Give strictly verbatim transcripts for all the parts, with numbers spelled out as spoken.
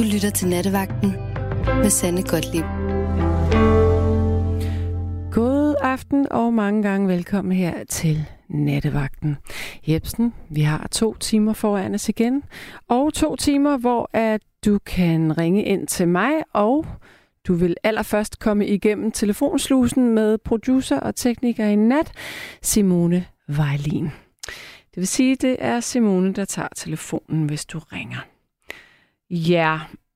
lytter til Nattevagten med Sanne Gottlieb. God aften og mange gange velkommen her til Nattevagten. Jebsen, vi har to timer foran os igen, og to timer, hvor at du kan ringe ind til mig, og du vil allerførst komme igennem telefonslusen med producer og tekniker i nat, Simone Vejlin. Det vil sige, det er Simone, der tager telefonen, hvis du ringer. Ja,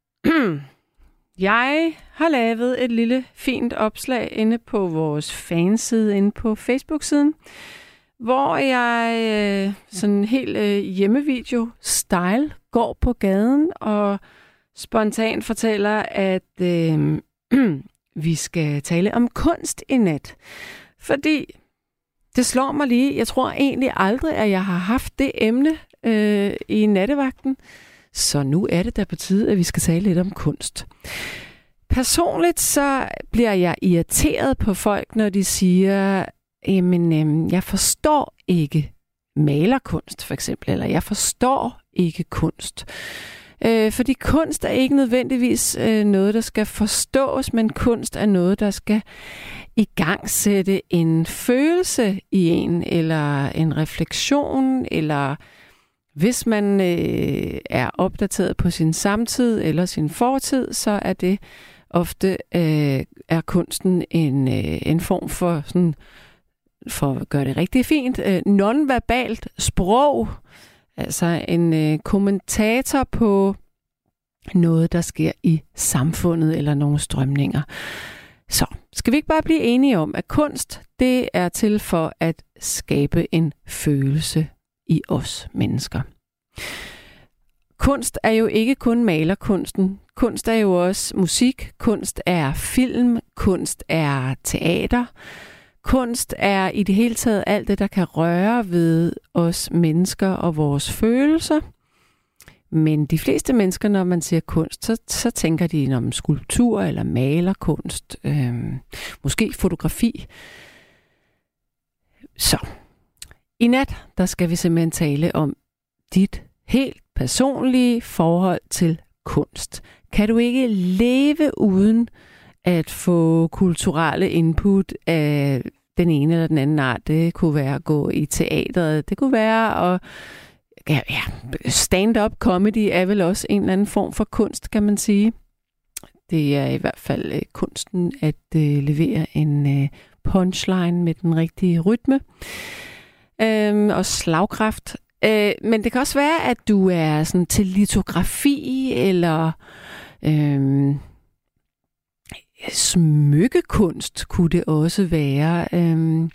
jeg har lavet et lille fint opslag inde på vores fanside, inde på Facebook-siden, hvor jeg øh, sådan helt øh, hjemmevideo-style går på gaden og spontant fortæller, at øh, vi skal tale om kunst i nat. Fordi det slår mig lige, jeg tror egentlig aldrig, at jeg har haft det emne øh, i nattevagten. Så nu er det da på tide, at vi skal tale lidt om kunst. Personligt så bliver jeg irriteret på folk, når de siger, jamen, øh, jeg forstår ikke malerkunst, for eksempel, eller jeg forstår ikke kunst. Øh, fordi kunst er ikke nødvendigvis øh, noget, der skal forstås, men kunst er noget, der skal igangsætte en følelse i en, eller en refleksion, eller hvis man øh, er opdateret på sin samtid eller sin fortid, så er det ofte øh, er kunsten en, øh, en form for, sådan, for at gøre det rigtig fint, øh, nonverbalt sprog. Altså en øh, kommentator på noget, der sker i samfundet eller nogle strømninger. Så skal vi ikke bare blive enige om, at kunst, det er til for at skabe en følelse i os mennesker. Kunst er jo ikke kun malerkunsten. Kunst er jo også musik. Kunst er film. Kunst er teater. Kunst er i det hele taget alt det, der kan røre ved os mennesker og vores følelser. Men de fleste mennesker, når man siger kunst, så, så tænker de om skulptur eller malerkunst. Øh, måske fotografi. Så i nat, der skal vi simpelthen tale om dit helt personlige forhold til kunst. Kan du ikke leve uden at få kulturelle input af den ene eller den anden art? Det kunne være at gå i teateret, det kunne være at ja, ja, stand-up comedy er vel også en eller anden form for kunst, kan man sige. Det er i hvert fald øh, kunsten at øh, levere en øh, punchline med den rigtige rytme øh, og slagkraft. Øh, men det kan også være, at du er sådan til litografi eller øh, smykkekunst kunne det også være. Øh,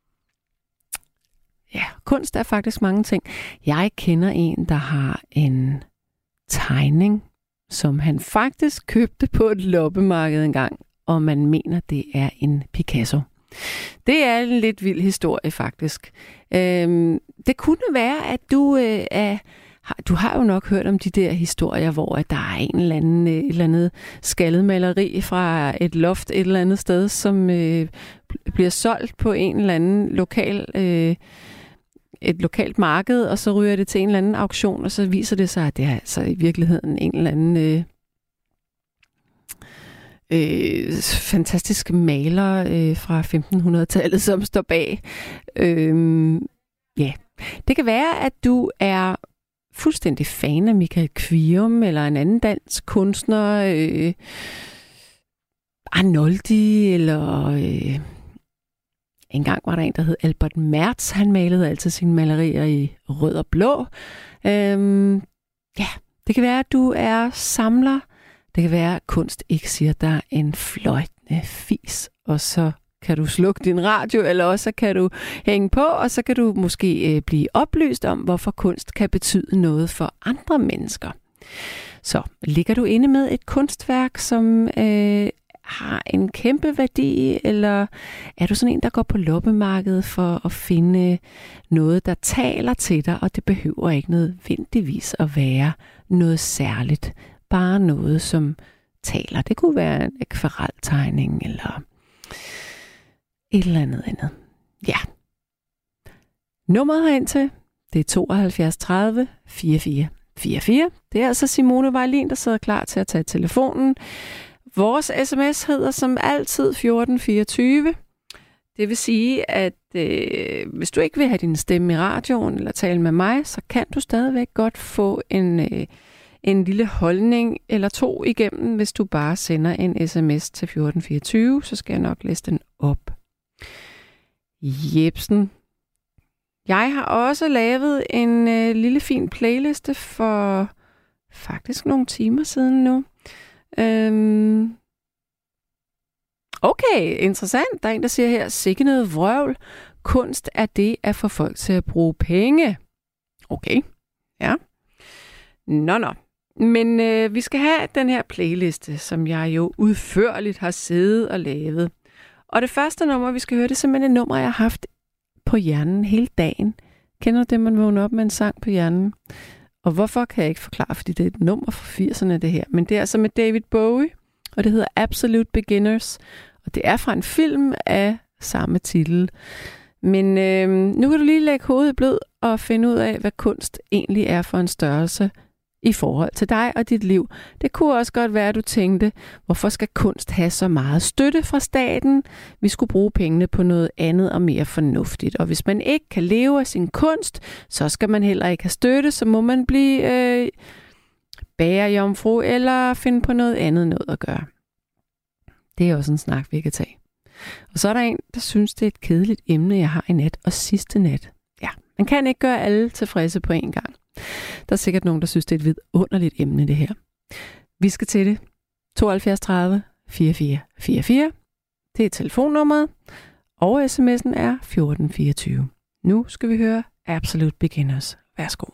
ja, kunst er faktisk mange ting. Jeg kender en, der har en tegning, som han faktisk købte på et loppemarked engang, og man mener, det er en Picasso. Det er en lidt vild historie, faktisk. Øhm, det kunne være, at du øh, er... Du har jo nok hørt om de der historier, hvor at der er en eller anden et eller andet skaldet maleri fra et loft et eller andet sted, som øh, bliver solgt på en eller anden lokal... Øh, et lokalt marked, og så ryger det til en eller anden auktion, og så viser det sig, at det er altså i virkeligheden en eller anden øh, øh, fantastisk maler øh, fra femtenhundredetallet, som står bag. Øh, ja, det kan være, at du er fuldstændig fan af Michael Kvium, eller en anden dansk kunstner, øh, Arnoldi, eller... Øh, En gang var der en, der hed Albert Mertz. Han malede altid sine malerier i rød og blå. Øhm, ja, det kan være, at du er samler. Det kan være, at kunst ikke siger dig en fløjtende fis. Og så kan du slukke din radio, eller også kan du hænge på, og så kan du måske øh, blive oplyst om, hvorfor kunst kan betyde noget for andre mennesker. Så ligger du inde med et kunstværk, som... Øh, har en kæmpe værdi, eller er du sådan en, der går på loppemarkedet for at finde noget, der taler til dig, og det behøver ikke nødvendigvis at være noget særligt, bare noget, som taler. Det kunne være en akvareltegning, eller et eller andet andet. Ja. Nummeret herind til, det er tooghalvfjerds tredive fireogfyrre fire fire. Det er altså Simone Vejlin, der sidder klar til at tage telefonen. Vores sms hedder som altid fjorten fireogtyve. Det vil sige, at øh, hvis du ikke vil have din stemme i radioen eller tale med mig, så kan du stadigvæk godt få en, øh, en lille holdning eller to igennem, hvis du bare sender en sms til fjorten fireogtyve, så skal jeg nok læse den op. Jebsen. Jeg har også lavet en øh, lille fin playliste for faktisk nogle timer siden nu. Øhm Okay, interessant. Der er en, der siger her, sikke noget vrøvl. Kunst er det at få folk til at bruge penge. Okay, ja. Nå, nå. Men øh, vi skal have den her playliste, som jeg jo udførligt har siddet og lavet. Og det første nummer, vi skal høre, det er simpelthen et nummer, jeg har haft på hjernen hele dagen. Kender du det, man vågner op med en sang på hjernen? Og hvorfor kan jeg ikke forklare, fordi det er et nummer fra firserne, det her. Men det er altså med David Bowie, og det hedder Absolute Beginners. Og det er fra en film af samme titel. Men øh, nu kan du lige lægge hovedet i blød og finde ud af, hvad kunst egentlig er for en størrelse i forhold til dig og dit liv. Det kunne også godt være, at du tænkte, hvorfor skal kunst have så meget støtte fra staten? Vi skulle bruge pengene på noget andet og mere fornuftigt. Og hvis man ikke kan leve af sin kunst, så skal man heller ikke have støtte, så må man blive øh, bagerjomfru eller finde på noget andet noget at gøre. Det er også en snak, vi kan tage. Og så er der en, der synes, det er et kedeligt emne, jeg har i nat og sidste nat. Ja, man kan ikke gøre alle tilfredse på én gang. Der er sikkert nogen, der synes, det er et vidunderligt emne, det her. Vi skal til det. tooghalvfjerds tredive fireogfyrre fireogfyrre. Det er telefonnummeret, og sms'en er fjorten fireogtyve. Nu skal vi høre Absolute Beginners. Værsgo.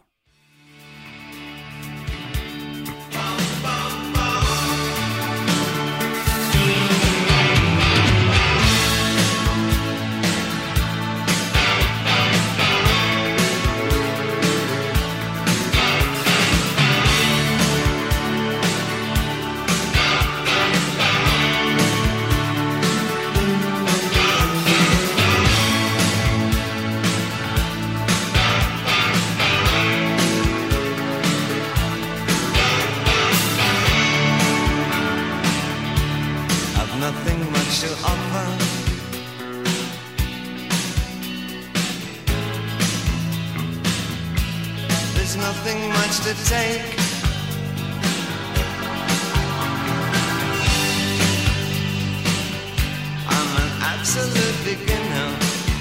To take I'm an absolute beginner,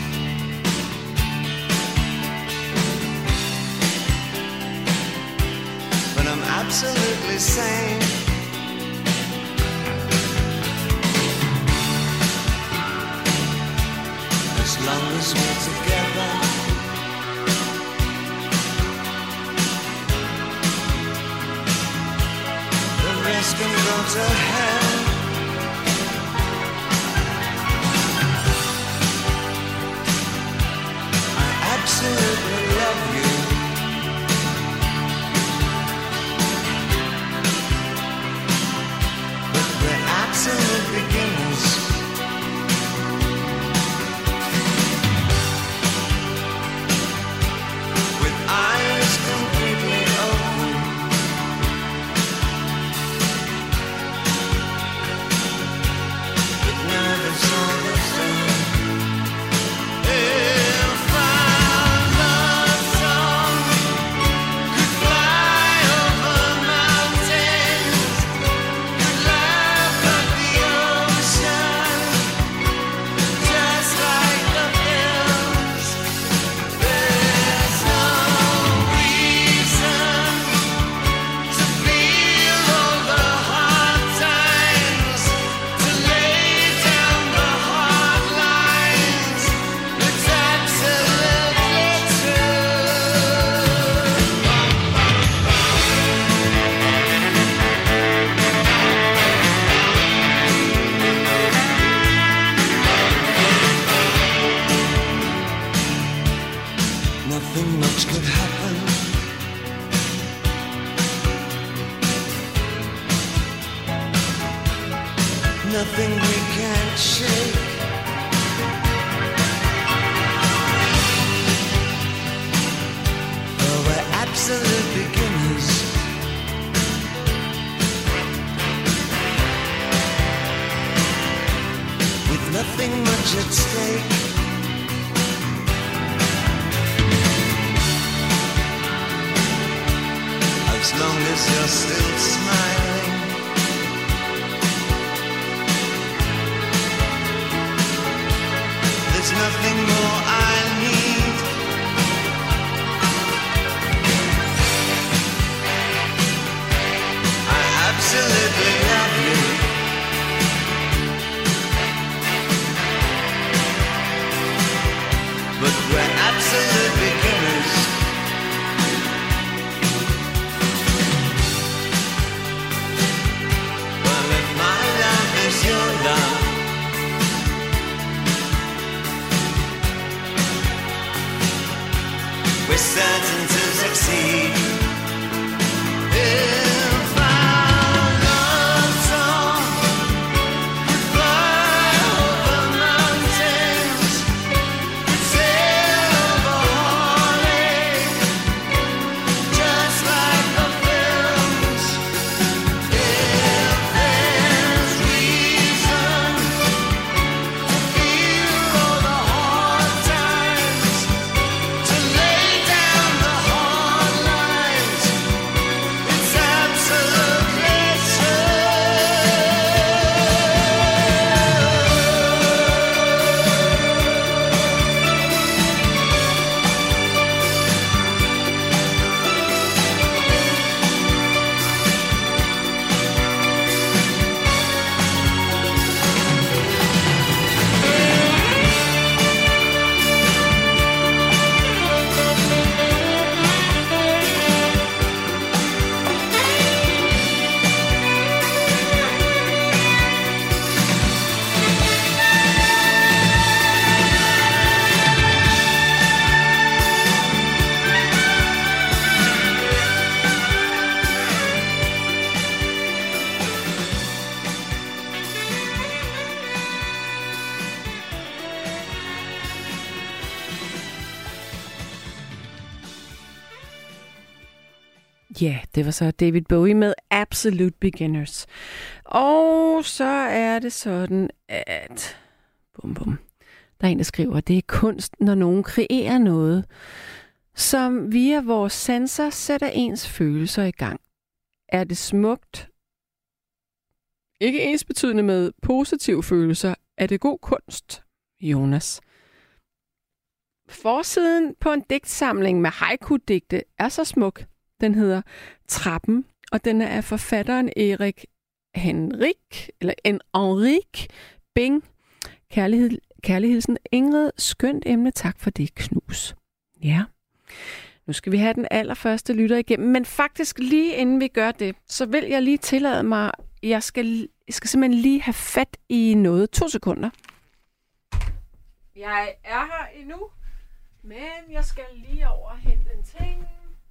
but I'm absolutely sane. As long as we're together, can go to hell. I absolutely love you, but we're absolute beginners. With eyes completely open, nothing we can't shake. Oh, we're absolute beginners. much at stake. As long as you're still smiling, there's nothing more I need. I absolutely love you. But we're absolute beginners. Well, if my love is your love, we're certain to succeed. If our love song could fly over mountains, could sail over heartache, just like the films. If there's reason to feel all the hard times, to lay down the hard lines, it's absolutely true. Ja, yeah, det var så David Bowie med Absolute Beginners. Og så er det sådan, at bum, bum. Der er en, der skriver, at det er kunst, når nogen kreerer noget, som via vores sanser sætter ens følelser i gang. Er det smukt? Ikke ensbetydende med positive følelser. Er det god kunst, Jonas? Forsiden på en digtsamling med haiku-digte er så smuk. Den hedder Trappen, og den er af forfatteren Erik Henrik, eller en Henrik Bing. Kærlighed, kærlighedsen Ingrid. Skønt emne. Tak for det, Knus. Ja. Nu skal vi have den allerførste lytter igennem, men faktisk lige inden vi gør det, så vil jeg lige tillade mig, jeg skal, jeg skal simpelthen lige have fat i noget. To sekunder. Jeg er her endnu, men jeg skal lige over og hente en ting.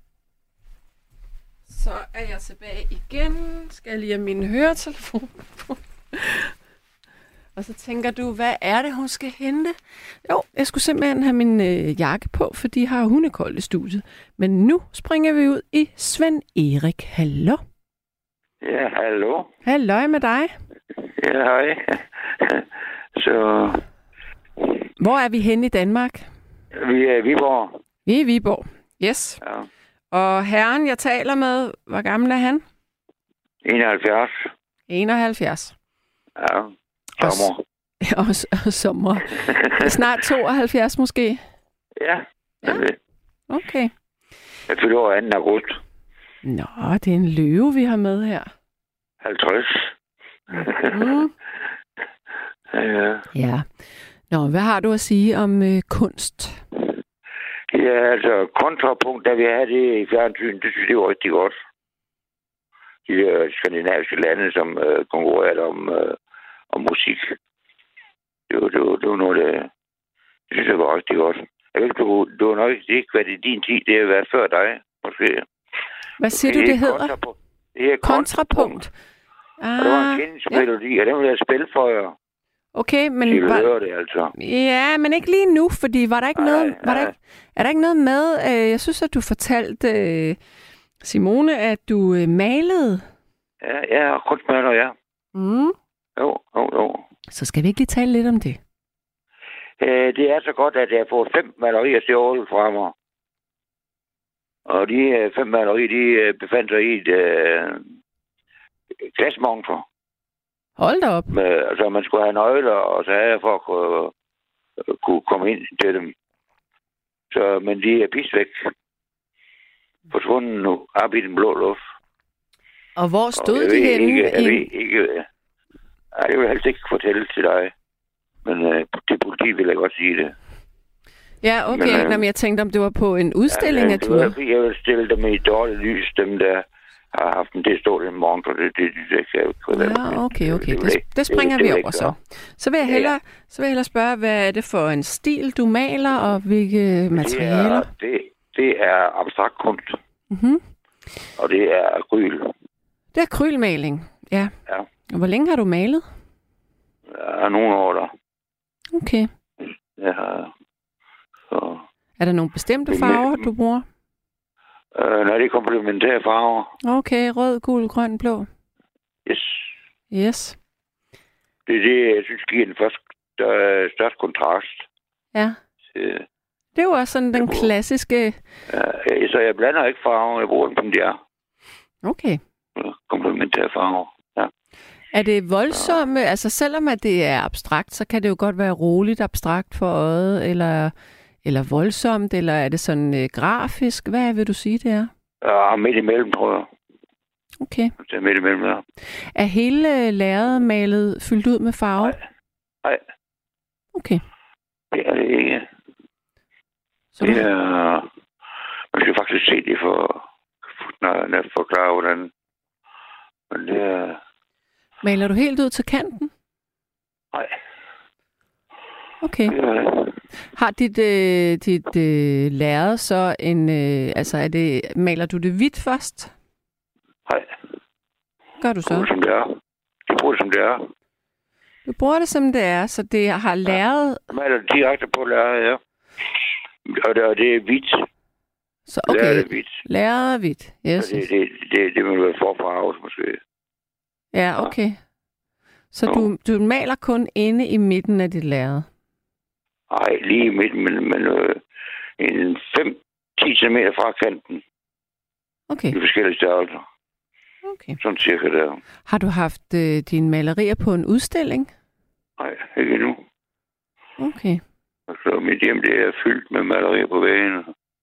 Så er jeg tilbage igen. Skal jeg lige have min høretelefon på? Og så tænker du, hvad er det, hun skal hente? Jo, jeg skulle simpelthen have min øh, jakke på, for de har hundekoldt i studiet. Men nu springer vi ud i Svend Erik. Hallo? Ja, hallo. Halløj med dig. Ja, hej. Så... Hvor er vi henne i Danmark? Vi er i Viborg. Vi er i Viborg. Yes. Ja. Og herren, jeg taler med, hvor gammel er han? enoghalvfjerds. enoghalvfjerds. Ja, sommer. Og, og sommer. Snart tooghalvfjerds måske? Ja, ja. Det. Okay. Jeg fylder over anden august. Nå, det er en løve, vi har med her. halvtreds. Mm. Ja. Ja. Nå, hvad har du at sige om øh, kunst? Ja, altså, kontrapunkt, da vi havde det i fjernsynet, det synes jeg var rigtig godt. De der skandinaviske lande, som øh, konkurrerede om, øh, om musik. Det var, det, var, det var noget, det, det synes jeg var rigtig godt. Jeg ved ikke, du, du har nok ikke været i din tid, det har været før dig, måske. Hvad siger det du, det hedder? Det her kontrapunkt. Ah, og der var en kendt melodi, ja. Og den ville jeg spille for jer. Okay, men... De var... hører det, altså. Ja, men ikke lige nu, fordi var der ikke nej, noget... Nej. Var der ikke... Er der ikke noget med... Øh, jeg synes, at du fortalte øh, Simone, at du øh, malede. Ja, jeg er kunstmaler, ja. Mm. Jo, jo, jo. Så skal vi ikke lige tale lidt om det? Øh, det er så godt, at jeg har fået fem malerier til året fra mig. Og de øh, fem malerier, de øh, befandt sig i et øh, glasmontre. Hold da op. Med, altså, man skulle have nøgler og sager for at kunne, øh, kunne komme ind til dem. Så, men de er pist væk. Forsvundet nu, op i den blå luft. Og hvor stod og de henne? Ikke, jeg i... ved ikke... Nej, det vil jeg helst ikke fortælle til dig. Men øh, det politi vil jeg godt sige det. Ja, okay. Men, øh, Nå, men jeg tænkte, om det var på en udstilling ja, af tur. Jeg, jeg vil stille dem i dårligt lys, dem der har haft en det stort en montre. Det, det, det, det kan jeg ikke. Ja, okay, okay. Det, det, det springer det, det vi over så. Så vil, jeg hellere, ja. så vil jeg hellere spørge, hvad er det for en stil, du maler, og hvilke materialer? Det er, det, det er abstrakt kunst. Mm-hmm. Og det er akryl. Det er akrylmaling, ja. Ja. Og hvor længe har du malet? Ja, nogle år der. Okay. Ja, så... Er der nogle bestemte farver, du bruger? Øh, nej, det er komplementære farver. Okay, rød, gul, grøn, blå. Yes. Yes. Det er det, jeg synes, giver den første, der største kontrast. Ja. Så, det er jo også sådan den klassiske... Ja, så jeg blander ikke farver, jeg bruger dem, som de er. Okay. Komplementære farver, ja. Er det voldsomme, ja. Altså selvom at det er abstrakt, så kan det jo godt være roligt abstrakt for øjet, eller, eller voldsomt, eller er det sådan øh, grafisk? Hvad vil du sige, det er? Ja, midt imellem, tror jeg. Okay. Det er midt imellem, ja. Er hele lærredet malet fyldt ud med farve? Nej. Nej. Okay. Det er det ikke. Så det er... Man skal faktisk se det for, når jeg forklarer, hvordan... Men det er... Maler du helt ud til kanten? Nej. Okay. Har dit, øh, dit øh, lærred så en... Øh, altså, er det, maler du det hvidt først? Nej. Gør du så? Det som det er. Det bruger det, som det er. Du bruger det, som det er, så det har lærred... Ja. Maler det direkte på lærred, ja. Og det, og det er hvidt. Så okay, lærred er hvidt. Lærred er hvidt, yes. Det, det, det, det vil være forfarvet, måske. Ja, okay. Så du, du maler kun inde i midten af dit lærred? Nej, lige i midten, men, men øh, en fem til ti centimeter fra kanten. Okay. I forskellige størrelser. Okay. Sådan cirka der. Har du haft øh, dine malerier på en udstilling? Nej, ikke endnu. Okay. Så mit hjem, det er fyldt med malerier på væggene.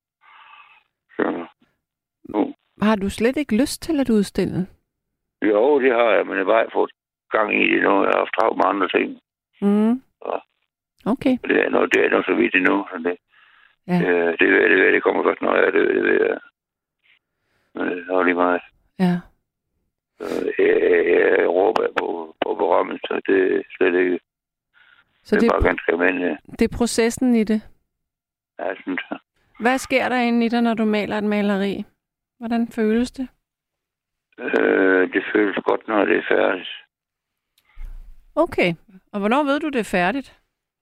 Så, nu. Har du slet ikke lyst til at udstille? Jo, det har jeg, men jeg har bare fået gang i det nu. Jeg har haft travlt med andre ting. Mm. Ja. Okay. Det er noget, det er noget så vidt endnu. Så det, ja. det, det, det, det, det kommer først, når jeg det, det, det, men det er lige meget. Ja. Jeg, jeg, jeg råber på, på berømmet, så det er slet ikke... Så det er det, bare ganske almindeligt. Det er processen i det? Ja, jeg synes jeg. Hvad sker der inde i dig, når du maler et maleri? Hvordan føles det? Øh, det føles godt, når det er færdigt. Okay. Og hvornår ved du, det er færdigt?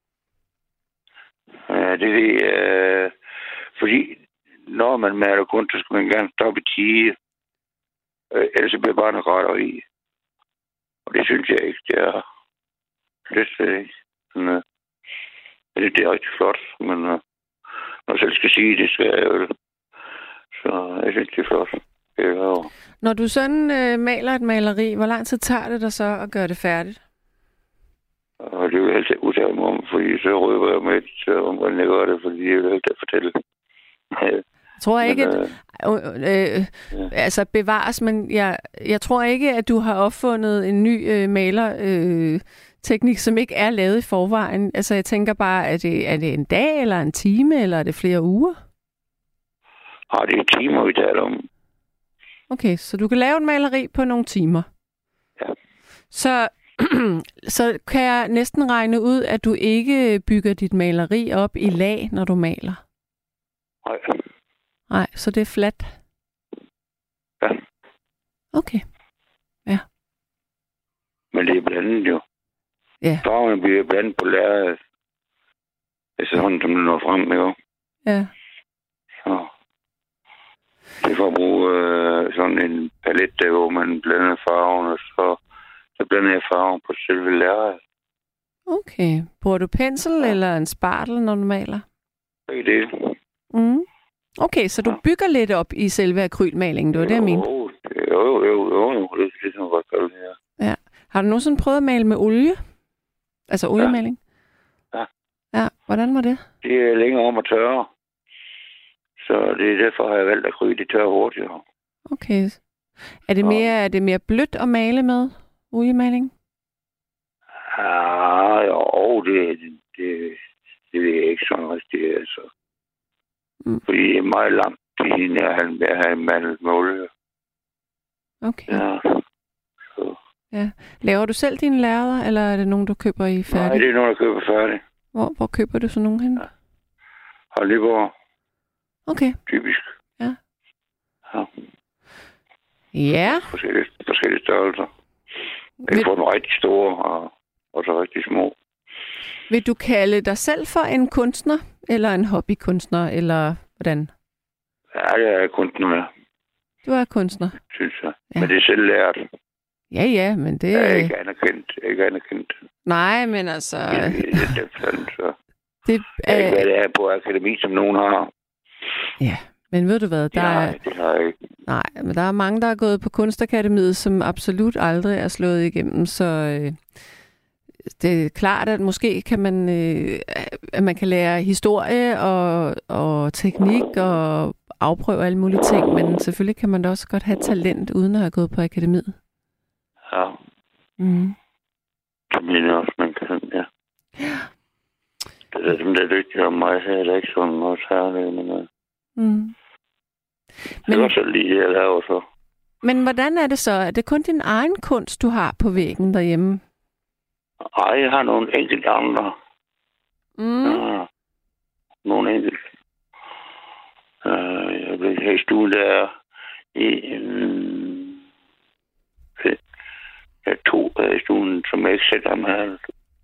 Ja, det ved jeg. Øh, fordi når man maler kunst, så skal man gerne stoppe i tide. Øh, ellers bliver bare noget retter i. Og det synes jeg ikke, det er. Det er ikke. Men, øh, det, det er rigtig flot, men øh, når jeg selv skal sige det, skal jeg jo. Så jeg synes, det er flot. Det er jo. Når du sådan øh, maler et maleri, hvor lang tid tager det dig så at gøre det færdigt? Og det er jo altid udtale mig om, fordi så røber jeg med, så om hvordan jeg gør det, fordi jeg vil ikke fortælle. Jeg tror ikke, men, at, øh, øh, ja. altså bevares, men jeg, jeg tror ikke, at du har opfundet en ny øh, malerteknik, øh, som ikke er lavet i forvejen. Altså jeg tænker bare, er det, er det en dag, eller en time, eller er det flere uger? Ja, det er timer, vi taler om. Okay, så du kan lave et maleri på nogle timer? Ja. Så, så kan jeg næsten regne ud, at du ikke bygger dit maleri op i lag, når du maler? Nej. Nej, så det er fladt? Ja. Okay. Ja. Men det er blandet jo. Ja. Farverne bliver blandet på lærredet. Efterhånden, som det når frem, jo. Ja. Så. Det er for at bruge øh, sådan en palet, der, hvor man blander farven, og så, så blander jeg farven på selve lærredet. Okay. Bruger du pensel ja. eller en spartel, når du maler? Det er det. Mm. Okay, så du Ja. bygger lidt op i selve akrylmalingen, det var det, jeg mente. Jo, jo, jo, jo, jo. Det er det, som godt kalde det her. Ja. Har du nogensinde prøvet at male med olie? Altså oliemaling? Ja. Ja, hvordan var det? Det er længere om at tørre. Så det er derfor, har jeg valgt at akryl, det tørrer hurtigere. Okay. Er det mere, er det mere blødt at male med oliemaling? Ja, jo, det, det, det ved jeg ikke sådan rigtigt, altså. Mm. Fordi det er meget langt, inden jeg har have malet med olie. Okay. Ja. Så. Ja. Laver du selv dine lærreder, eller er det nogen, du køber i færdig? Nej, det er nogen, der køber færdig. Hvor, hvor køber du så nogen hen? Ja. Hollyborg. Okay. Typisk. Ja. Ja. Ja. Forskellige, forskellige størrelser. Jeg Vil, får nogle rigtig store, og, og så rigtig små. vil du kalde dig selv for en kunstner, eller en hobbykunstner, eller hvordan? Ja, det er jeg kunstner med, Du er kunstner. synes jeg. Ja. Ja. Men det er selv lært. Ja, ja, men det... Jeg er ikke anerkendt. Jeg er ikke anerkendt. Nej, men altså... I, i den forstand, så. Det Jeg er ikke, hvad er... det er på akademi, som nogen har. Ja, men ved du hvad, der Nej, er... det har jeg ikke. Nej, men der er mange, der er gået på Kunstakademiet, som absolut aldrig er slået igennem, så øh, det er klart, at måske kan man, øh, at man kan lære historie og, og teknik og afprøve alle mulige ting, men selvfølgelig kan man da også godt have talent, uden at have gået på akademiet. Ja, Mm. det mener jeg også, man kan. Ja. Det er dem, der er dygtige om mig, så er det ikke sådan noget særligt. Men, uh, Mm. det er Men, også lige det, jeg laver så. men hvordan er det så? Er det kun din egen kunst, du har på væggen derhjemme? Ej, jeg har nogle enkelte andre. Mm. Ja, nogle enkelte. Uh, jeg blev her i stuen, der er i um, jeg er to her i stuen, som jeg ikke selv har med.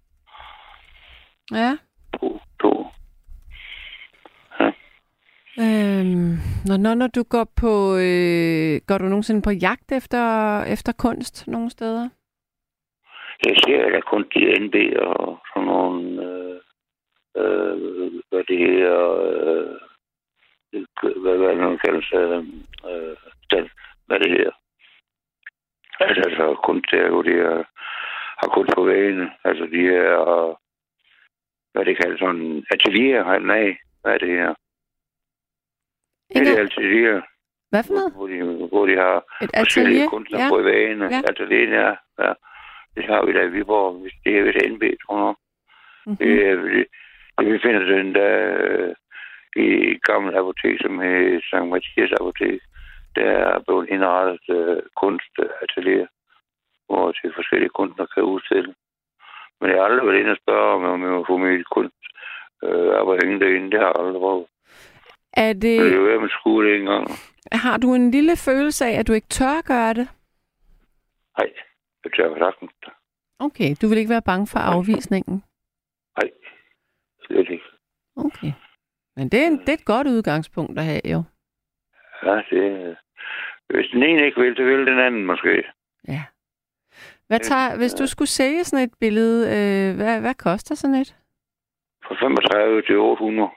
Ja. To, to. Ja. Øhm, når, når, når du går på, øh, går du nogensinde på jagt efter, efter kunst nogle steder? Jeg ser, at der kun de N B og sådan nogle, øh, øh, hvad det her, øh, hvad, hvad man kalder sig, øh, den, hvad det her. Altså, altså kun der, hvor de er, har kun på væggene. Altså, de er, hvad det kalder sådan, atelier, har den af. Hvad er det her? Ikke? Det er atelier, Hvad for noget? hvor de, hvor de har Et forskellige atelier? kunstnere Ja. på væggene. Ja. Atelier, ja. ja. Det har vi da i Viborg, hvis det er ved det N B, tror jeg. Mm-hmm. Det, er, det, det vi finder den der øh, i et gammelt apotek, som hedder Sankt Mathias Apotek. Der er blevet indrettet øh, kunstatelier, hvor de forskellige kunstnere kan udstille. Men jeg har aldrig været inde og spørge, om jeg må få mit kunst øh, arbejde ingen derinde. Det har jeg aldrig prøvet. Er det, Det er jo ved med skue det engang. har du en lille følelse af, at du ikke tør gøre det? Nej, jeg tør sagtens. Okay, du vil ikke være bange for afvisningen? Nej, slet ikke. Okay. Men det er, en, det er et godt udgangspunkt at have, jo. Ja, det hvis den ene ikke vil, så vil den anden måske. Ja. Hvad tager, hvis du skulle sælge sådan et billede, øh, hvad, hvad koster sådan et? Fra femogtredive til otte hundrede.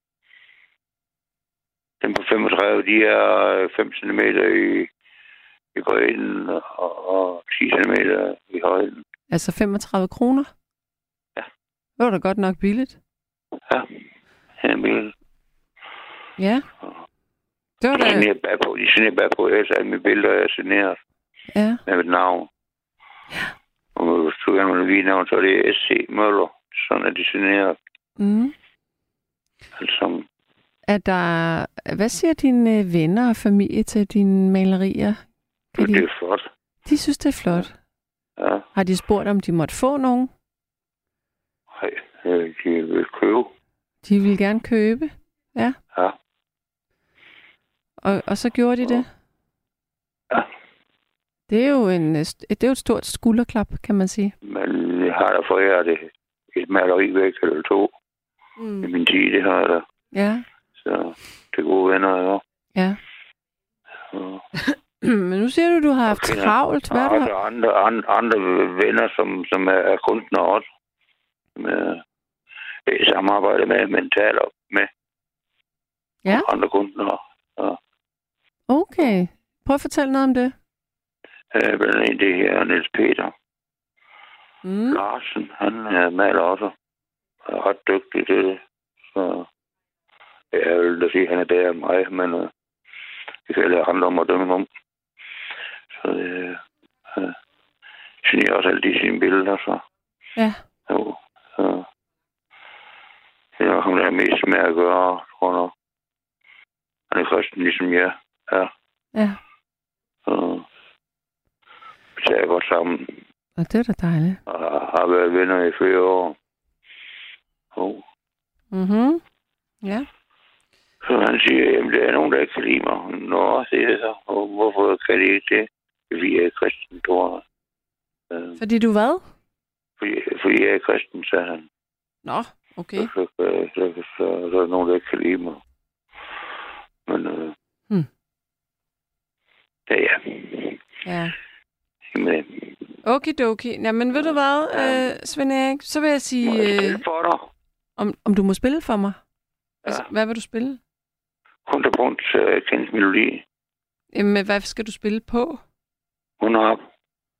Den på femogtredive, de er fem centimeter i, i bredden og, og ti centimeter i højden. Altså femogtredive kroner? Ja. Det var da godt nok billigt. Ja, det er en billede. Ja. Det var De da... signerer bagpå, de signerer bagpå, ellers er mine billeder er signeret Ja. med mit navn. Ja. Og hvis du gerne vil vide navn, så er det S C Møller. Sådan er de signeret. Mm. Alt sammen. Er der... Hvad siger dine venner og familie til dine malerier? Kan Det de... er flot. de synes, det er flot. Ja. Har de spurgt, om de måtte få nogen? Nej, øh, de vil købe. De vil gerne købe. Ja. Ja. Og, og så gjorde de det? Ja. Det er jo en, det er jo et stort skulderklap, kan man sige. Men jeg har da foræret et, et maleri væk eller to. Mm. I min tid, det har jeg da. Ja. Så det er gode venner, ja. Ja. Så. Men nu siger du, du har haft Okay, travlt. Hvad og har du... andre, andre, andre, andre venner, som, som er, er kunstnere også. med i samarbejde med Mental og med Ja. andre kunstnere. Ja. Okay. Prøv at fortælle noget om det. Øh, blandt andet det her Niels Peter Mm. Larsen. Han er maler også. Er ret dygtig til det. Så jeg vil da sige, at han er der af mig, men øh, det kan jeg lade andre om at dømme om. Så det øh, synes jeg også altid sine billeder, så Ja. jo. Så det er ham, der er mest med at gøre, tror jeg. Han er kristen, ligesom jeg er. Ja. Så vi tager godt sammen. Og det er da dejligt. Og har været venner i flere år. Jo. Mhm. Ja. Så han siger, at der er nogen, der ikke kan lide mig. Nå, siger jeg så. Og hvorfor kan de ikke det? Fordi jeg er kristen, tror jeg. Øh, Fordi du hvad? fordi, fordi jeg er kristen, sagde han. Nå, okay. Så, så, så, så, så, så er der nogen, der ikke kan lide mig. Men, øh, Hmm. ja, ja. Ja. Men, Okidoki. Jamen, ved du hvad, øh, Svend Erik? Så vil jeg sige, må jeg øh, spille for dig? om, om du må spille for mig. Altså, Ja. hvad vil du spille? Kontrapunkt, uh, kendt melodi. Jamen, hvad skal du spille på? Hun har op.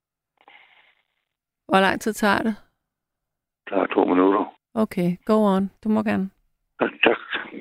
Hvor lang tid tager det? Der er to minutter. Okay, go on. Du må gerne. Ja, tak.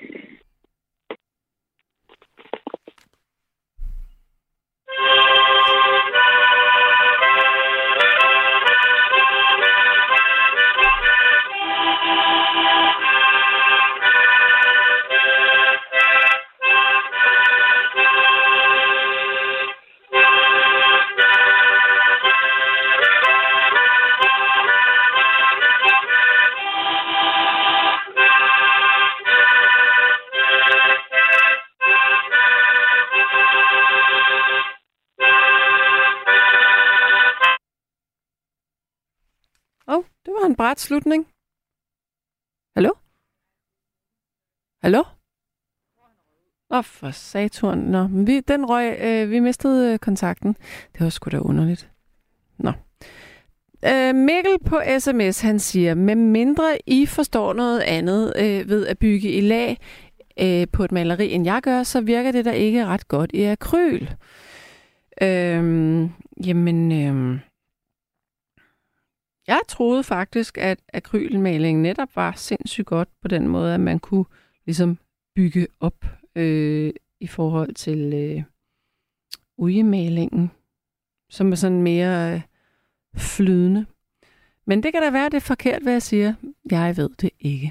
Åh, oh, det var en brat slutning. Hallo? Hallo? Åh, oh, for Saturn. Nå, men vi, den røg, øh, vi mistede øh, kontakten. Det var sgu da underligt. Nå. Øh, Mikkel på sms, han siger, med mindre I forstår noget andet øh, ved at bygge i lag øh, på et maleri, end jeg gør, så virker det da ikke ret godt i akryl. Øh, jamen, øh, jeg troede faktisk, at akrylmalingen netop var sindssygt godt på den måde, at man kunne ligesom bygge op øh, i forhold til øh, oliemalingen, som er sådan mere øh, flydende. Men det kan da være, det er forkert, hvad jeg siger. Jeg ved det ikke.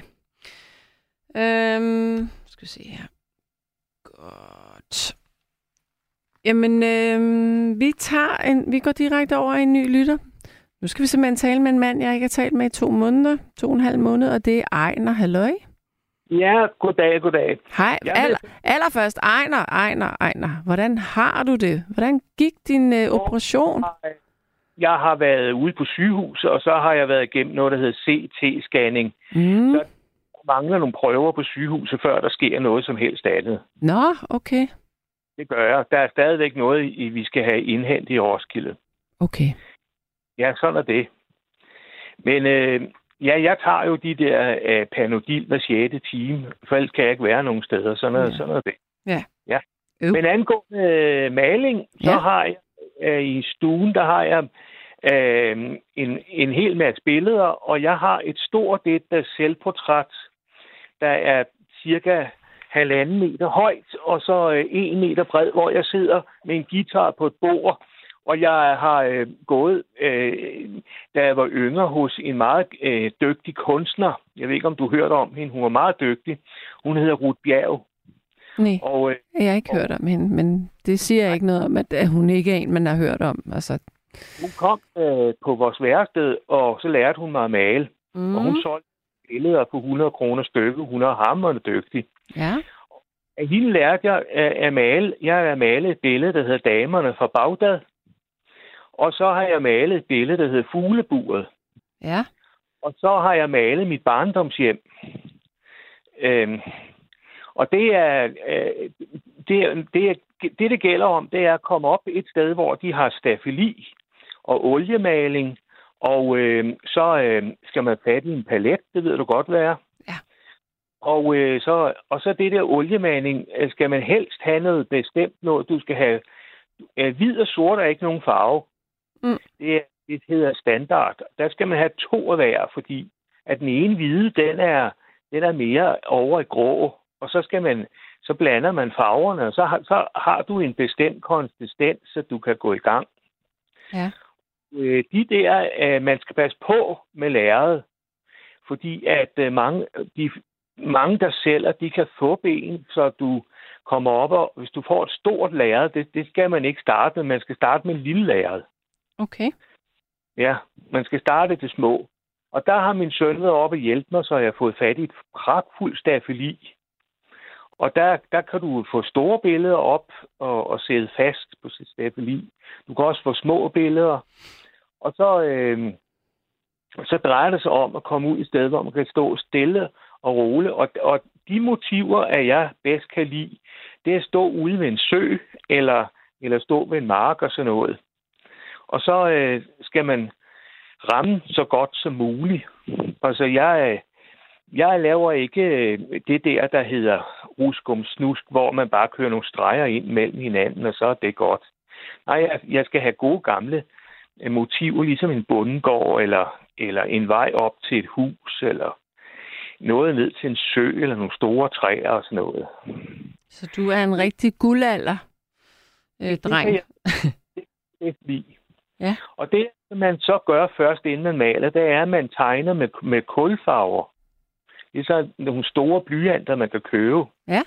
Øhm, skal vi se her. Godt. Jamen, øh, vi tager en, vi går direkte over i en ny lytter. Nu skal vi simpelthen tale med en mand, jeg ikke har talt med i to måneder, to og en halv måned, og det er Ejner. Halløj. Ja, goddag, goddag. Hej. Jeg Aller, allerførst, Ejner, Ejner, Ejner. Hvordan har du det? Hvordan gik din øh, operation? Jeg har været ude på sygehuset, og så har jeg været igennem noget, der hedder C T-scanning. Mm. Så der mangler nogle prøver på sygehuset, før der sker noget som helst andet. Nå, okay. Det gør jeg. Der er stadigvæk noget, vi skal have indhentet i Roskilde. Okay. Ja, sådan er det. Men øh, ja, jeg tager jo de der øh, Panodil hver sjette time, for ellers kan jeg ikke være nogen steder. Sådan er, Ja. sådan er det. Ja. Ja. Øv. Men angående øh, maling, så Ja. har jeg øh, i stuen, der har jeg øh, en, en hel masse billeder, og jeg har et stort et der selvportræt, der er cirka halvanden meter højt, og så øh, en meter bred, hvor jeg sidder med en guitar på et bord. Og jeg har øh, gået, øh, da jeg var yngre, hos en meget øh, dygtig kunstner. Jeg ved ikke, om du hørte om hende. Hun var meget dygtig. Hun hedder Ruth Bjerg. Nej, Og, øh, jeg har ikke hørt om hende, men det siger ikke noget om, at hun ikke er en, man har hørt om. Altså. hun kom øh, på vores værested, og så lærte hun mig at male. Mm. Og hun solgte billeder på hundrede kroner stykke. Hun er hamrende dygtig. Ja. Af hende lærte jeg at, at male. Jeg har malet et billede, der hedder Damerne fra Bagdad. Og så har jeg malet et billede, der hedder Fugleburet. Ja. Og så har jeg malet mit barndomshjem. Øhm, og det er, øh, det, er, det, er, det, det gælder om, det er at komme op et sted, hvor de har staffeli og oliemaling Og øh, så øh, skal man fatte i en palet, det ved du godt, hvad er. Ja. Og, øh, så, og så det der oliemaling, skal man helst have noget bestemt noget. Du skal have øh, hvid og sort er ikke nogen farve. Mm. Det, det hedder standard. Der skal man have to af hver, fordi at den ene hvide, den er, den er mere over i grå. Og så skal man, så blander man farverne, og så har, så har du en bestemt konsistens, så du kan gå i gang. Ja. Øh, de der, øh, man skal passe på med lærredet, fordi at øh, mange, de, mange, der sælger, de kan få ben, så du kommer op, og hvis du får et stort lærred, det, det skal man ikke starte med. Man skal starte med en lille lærred. Okay. Ja, man skal starte det små. Og der har min søn været oppe og hjælpe mig, så jeg har fået fat i et pragtfuldt staffeli. Og der, der kan du få store billeder op og, og sætte fast på sit staffeli. Du kan også få små billeder. Og så, øh, så drejer det sig om at komme ud i stedet, hvor man kan stå stille og roligt. Og, og de motiver, at jeg bedst kan lide, det er at stå ude ved en sø, eller, eller stå ved en mark og sådan noget. Og så øh, skal man ramme så godt som muligt. Altså, jeg, jeg laver ikke det der, der hedder ruskum snusk, hvor man bare kører nogle streger ind mellem hinanden, og så er det godt. Nej, jeg, jeg skal have gode gamle motiver, ligesom en bondegård, eller, eller en vej op til et hus, eller noget ned til en sø, eller nogle store træer og sådan noget. Så du er en rigtig guldalder, øh, dreng. Det, det, det er lide. Ja. Og det, man så gør først, inden man maler, det er, at man tegner med, med kulfarver. Det er så nogle store blyanter, man kan købe. Ja.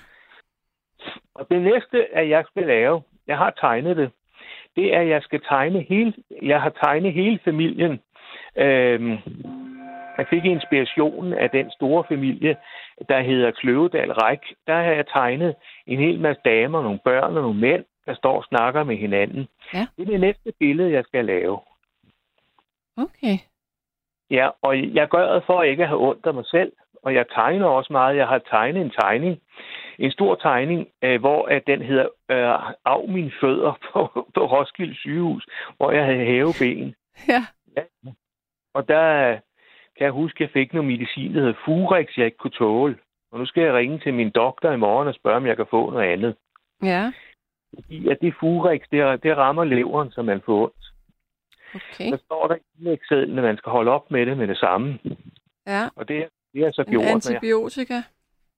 Og det næste, at jeg skal lave, jeg har tegnet det, det er, at jeg skal tegne hele, jeg har tegnet hele familien. Øhm, jeg fik inspirationen af den store familie, der hedder Kløvedal Ræk. Der har jeg tegnet en hel masse damer, nogle børn og nogle mænd, der står og snakker med hinanden. Ja. Det er det næste billede, jeg skal lave. Okay. Ja, og jeg gør det for ikke at have ondt af mig selv, og jeg tegner også meget. Jeg har tegnet en tegning, en stor tegning, øh, hvor at den hedder øh, Af mine fødder på, på Roskilde sygehus, hvor jeg havde hæveben. Ja. Ja. Og der kan jeg huske, at jeg fik noget medicin, der hedder Furex, jeg ikke kunne tåle. Og nu skal jeg ringe til min doktor i morgen og spørge, om jeg kan få noget andet. Ja. Fordi at det Furex, det, det rammer leveren, så man får ondt. Okay. Der står der i indlægssedlen, at man skal holde op med det med det samme. Ja. Og det, det er så En gjort. antibiotika. Jeg...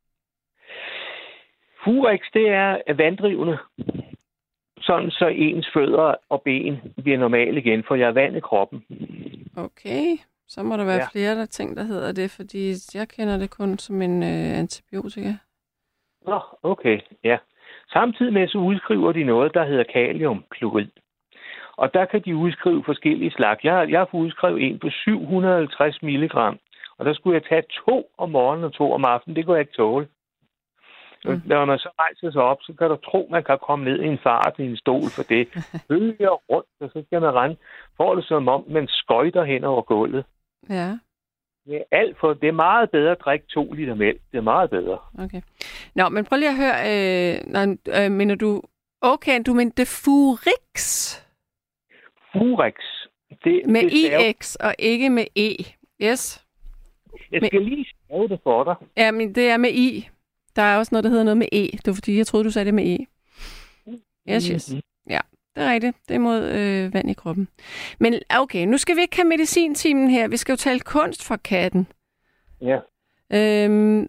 Furex, det er vanddrivende. Sådan så ens fødder og ben bliver normale igen, for jeg er vand i kroppen. Okay. Så må der være Ja. flere der ting, der hedder det, fordi jeg kender det kun som en øh, antibiotika. Nå, okay, ja. Samtidig med så udskriver de noget, der hedder kaliumklorid. Og der kan de udskrive forskellige slags. Jeg har, jeg har fået udskrevet en på syv hundrede og halvtreds milligram, og der skulle jeg tage to om morgenen og to om aftenen. Det kunne jeg ikke tåle. Mm. Når man så rejser sig op, så kan du tro, man kan komme ned i en fart i en stol for det. Bølger rundt, og så skal man rende. Får det som om, man skøjter hen over gulvet. Ja. Det er alt for, det er meget bedre at drikke to liter mælk. Det er meget bedre. Okay. Nå, men prøv lige at høre. Øh, når, øh, mener du... Okay, du mener det Furex? Furex. Det, Med det stav... I X og ikke med E. Yes. Jeg skal med... lige stave det for dig. Ja, men det er med I. Der er også noget, der hedder noget med E. Det var fordi, jeg troede, du sagde det med E. Yes, yes. Mm-hmm. Ja, det er rigtigt. Det er mod øh, vand i kroppen. Men okay, nu skal vi ikke have medicintimen her. Vi skal jo tale kunst for katten. Ja. Øhm,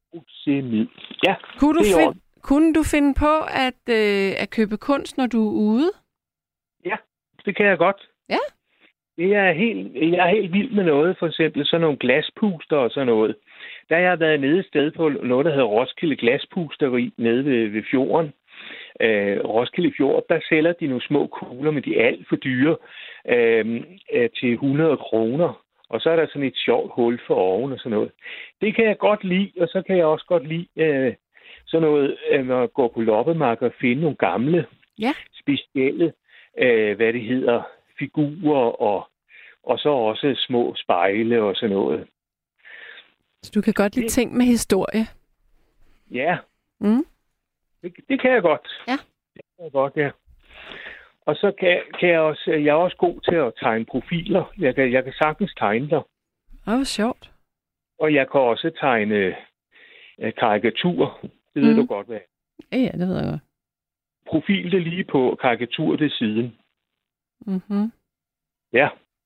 ja, kunne, du det er find, kunne du finde på at, øh, at købe kunst, når du er ude? Ja, det kan jeg godt. Ja? Det er helt, jeg er helt vild med noget, for eksempel sådan nogle glaspuster og sådan noget. Der har jeg været nede et sted på noget, der hedder Roskilde Glaspusteri, nede ved, ved fjorden. Øh, Roskilde Fjord, der sælger de nogle små kugler, men de er alt for dyre, øh, til hundrede kroner. Og så er der sådan et sjovt hul for oven og sådan noget. Det kan jeg godt lide, og så kan jeg også godt lide øh, sådan noget, øh, at gå på loppemarked og finde nogle gamle, ja. specielle, øh, hvad det hedder, figurer, og, og så også små spejle og sådan noget. Så du kan godt lide det, ting med historie? Ja. Mm. Det, det kan jeg godt. Ja. Det kan jeg godt, ja. Og så kan, kan jeg også, jeg er også god til at tegne profiler. Jeg kan, jeg kan sagtens tegne dig. Åh, hvor sjovt. Og jeg kan også tegne øh, karikaturer. Det ved Mm. du godt, hvad. Ja, ja, det ved jeg godt. Profil det lige på, karikatur det siden. Mm-hmm. Ja.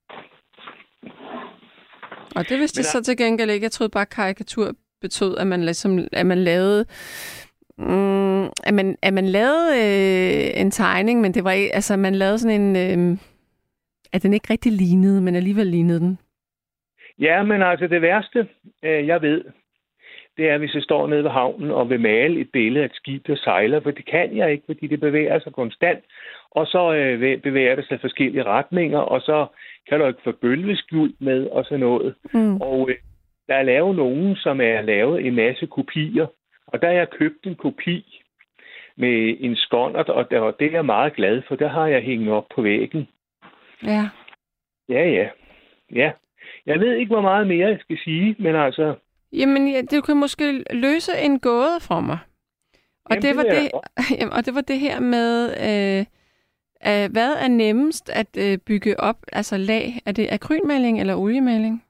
Og det vidste jeg så til gengæld ikke. Jeg troede bare, karikatur betød, at man, ligesom, at man lavede... Mm, at man, at man lavede øh, en tegning, men det var ikke... Altså, man lavede sådan en... Øh, at den ikke rigtig lignede, men alligevel lignede den. Ja, men altså det værste, øh, jeg ved, det er, hvis jeg står nede ved havnen og vil male et billede af et skib, der sejler, for det kan jeg ikke, fordi det bevæger sig konstant, og så øh, bevæger det sig i forskellige retninger, og så kan du ikke få bølgeskjult med, og sådan noget. Mm. Og øh, der er lavet nogen, som er lavet en masse kopier, og der har jeg købt en kopi med en skonnert, og det er jeg meget glad for, der har jeg hængt op på væggen. Ja. Ja, ja. Ja. Jeg ved ikke, hvor meget mere jeg skal sige, men altså... Jamen, ja, du kan måske løse en gåde for mig. Og, Jamen, det, var det vil det, jamen, og det var det her med, øh, øh, hvad er nemmest at øh, bygge op, altså lag? Er det akrylmaling eller oliemaling?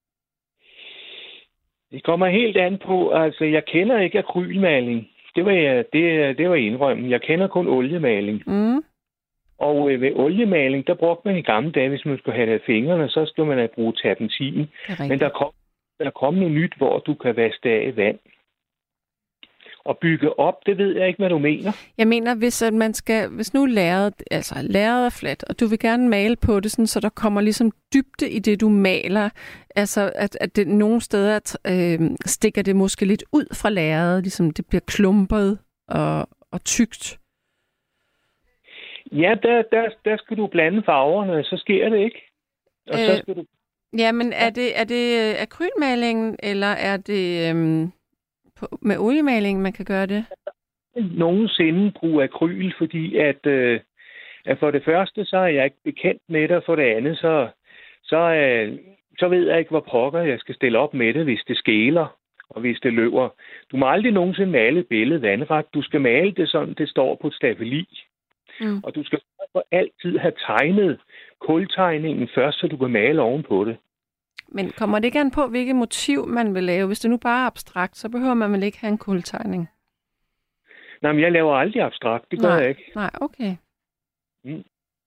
Det kommer helt an på, altså jeg kender ikke akrylmaling. Det var jeg, det, det var indrømmen. Jeg kender kun oliemaling. Mm. Og øh, ved oliemaling, der brugte man i gamle dage, hvis man skulle have det af fingrene, så skulle man have brugt terpentin. Men der kom, der kom noget nyt, hvor du kan vaske af i vand. Og bygge op, det ved jeg ikke, hvad du mener. Jeg mener, hvis at man skal, hvis nu lærret, altså lærret er fladt, og du vil gerne male på det, sådan, så der kommer ligesom dybde i det, du maler. Altså, at, at det nogle steder øh, stikker det måske lidt ud fra lærret, ligesom det bliver klumpet og, og tykt. Ja, der, der, der skal du blande farverne, så sker det ikke. Og øh, så skal du... Ja, men er det, er det akrylmalingen, eller er det øh, på, med oliemaling, man kan gøre det? Nogensinde bruge akryl, fordi at, øh, at for det første, så er jeg ikke bekendt med det, og for det andet, så, så, øh, så ved jeg ikke, hvor pokker jeg skal stille op med det, hvis det skæler, og hvis det løber. Du må aldrig nogensinde male et billede vandret. Du skal male det sådan, det står på et stafeli. Mm. Og du skal for altid have tegnet kultegningen først, så du kan male ovenpå det. Men kommer det ikke an på, hvilket motiv man vil lave? Hvis det nu bare er abstrakt, så behøver man vel ikke have en kultegning? Nej, men jeg laver aldrig abstrakt. Det gør nej, jeg ikke. Nej, okay. Mm.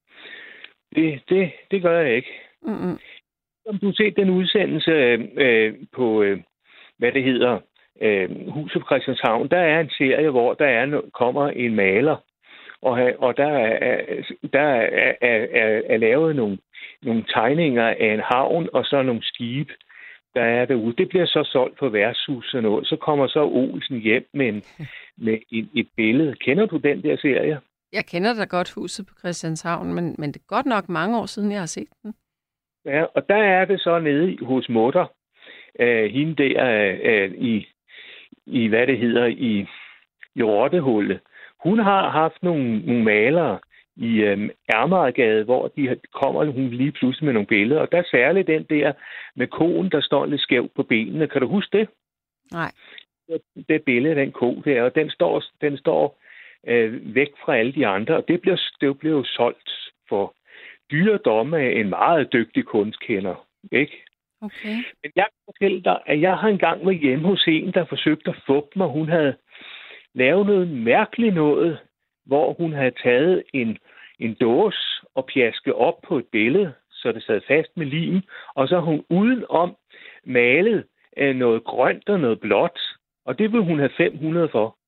Det, det, det gør jeg ikke. Mm-mm. Som du har set den udsendelse øh, på, øh, hvad det hedder, øh, Huset på Christianshavn, der er en serie, hvor der er, kommer en maler, og, og der, er, der er, er, er, er lavet nogle, nogle tegninger af en havn, og så nogle skibe, der er derude. Det bliver så solgt på værtshus og noget. Så kommer så Olsen hjem med, en, med et, et billede. Kender du den der serie? Jeg kender da godt Huset på Christianshavn, men, men det er godt nok mange år siden, jeg har set den. Ja, og der er det så nede hos mutter, øh, hende der øh, i, i, hvad det hedder, i, i Rottehullet. Hun har haft nogle, nogle malere i øh, Ærmeregade, hvor de kommer hun lige pludselig med nogle billeder. Og der er særligt den der med koen, der står lidt skævt på benene. Kan du huske det? Nej. Det billede af den ko der, og den står, den står øh, væk fra alle de andre. Og det bliver, det bliver jo solgt for dyre domme af en meget dygtig kunstkender. Ikke? Okay. Men jeg kan fortælle dig, at jeg har engang været hjemme hos en, der forsøgte at fugte mig. Hun havde lavet noget mærkeligt noget, hvor hun havde taget en, en dåse og pjasket op på et billede, så det sad fast med lim, og så har hun udenom malet øh, noget grønt og noget blåt, og det ville hun have fem hundrede for.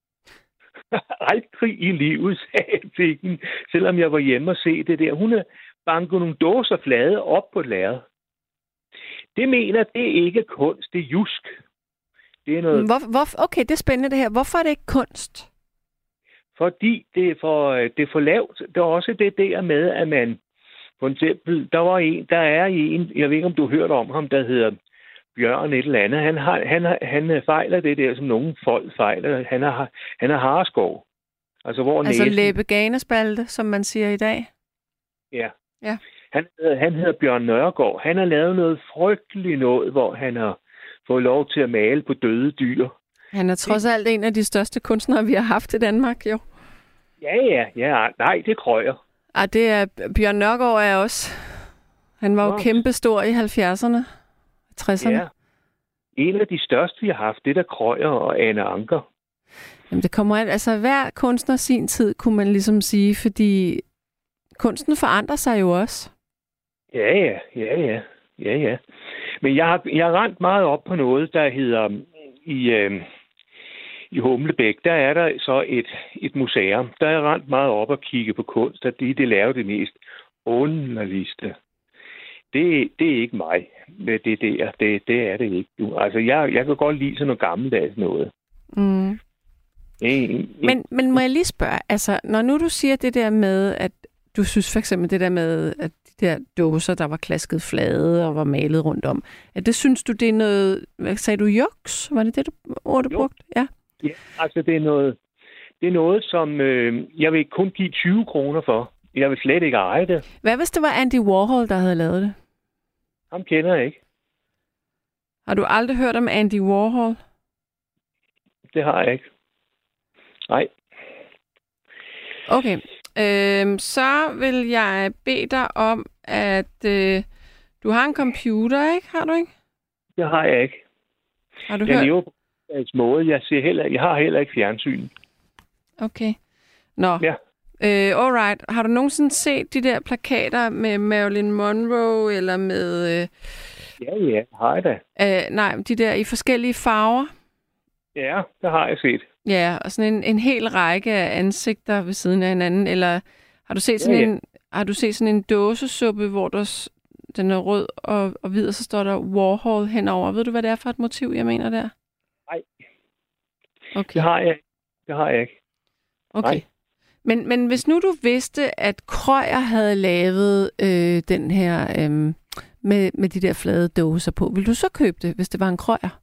Aldrig i livet, sagde jeg til hende, selvom jeg var hjemme og se det der. Hun havde banket nogle dåser flade op på et lærred. Det mener, det er ikke kunst, det er jusk. Det er noget... Hvor, hvor, okay, det er spændende det her. Hvorfor er det ikke kunst? Fordi det er for, det er for lavt. Der er også det der med, at man... For eksempel, der var en, der er en, jeg ved ikke, om du har hørt om ham, der hedder Bjørn et eller andet. Han, har, han, har, han fejler det der, som nogle folk fejler. Han har, han har hareskov. Altså, hvor altså næsen... læbeganespalte, som man siger i dag? Ja. Ja. Han, han hedder Bjørn Nørgaard. Han har lavet noget frygteligt noget, hvor han har fået lov til at male på døde dyr. Han er trods alt en af de største kunstnere, vi har haft i Danmark, jo. Ja, ja, ja. Nej, det krøjer. Ah, det er Bjørn Nørgaard er også. Han var jo Nå. kæmpestor i halvfjerdserne, tresserne. Ja. En af de største, vi har haft, det er der Krøyer og Anne Anker. Jamen, det kommer an. Altså, hver kunstner sin tid, kunne man ligesom sige, fordi kunsten forandrer sig jo også. Ja, ja, ja, ja, ja, ja. Men jeg har, jeg har rendt meget op på noget, der hedder i, øh, i Humlebæk, der er der så et, et museum. Der er jeg rendt meget op og kigge på kunst, og de, de laver det mest underligste. Det, det er ikke mig. Det, det, der. det, det er det ikke. Altså, jeg, jeg kan godt lide sådan noget gammeldags noget. Mm. En, Men, men må jeg lige spørge, altså, når nu du siger det der med, at du synes for eksempel det der med, at de der dåser, der var klasket flade og var malet rundt om, at det synes du, det er noget, hvad sagde du, juks? Var det det, du, ord, du brugte? Ja. Ja, altså det er noget, det er noget som øh, jeg vil kun give tyve kroner for. Jeg vil slet ikke eje det. Hvad hvis det var Andy Warhol, der havde lavet det? Ham kender jeg ikke. Har du aldrig hørt om Andy Warhol? Det har jeg ikke. Nej. Okay. Øhm, så vil jeg bede dig om, at øh, du har en computer, ikke? Har du ikke? Det har jeg ikke. Har du jeg hørt? lever på en måde. Jeg, ser heller, jeg har heller ikke fjernsyn. Okay. Nå. Ja. Øh, alright. Har du nogensinde set de der plakater med Marilyn Monroe, eller med... Øh, Ja, ja, har jeg da. øh, nej, de der i forskellige farver? Ja, det har jeg set. Ja, og sådan en, en hel række af ansigter ved siden af hinanden. Eller har du set sådan, Ja, ja. en, har du set sådan en dåsesuppe, hvor der, s- den er rød og, og hvid, og så står der Warhol henover? Ved du, hvad det er for et motiv, jeg mener der? Nej. Okay. Det har jeg, det har jeg ikke. Okay. Nej. Men, men hvis nu du vidste, at Krøyer havde lavet øh, den her øh, med, med de der flade dåser på, ville du så købe det, hvis det var en Krøyer?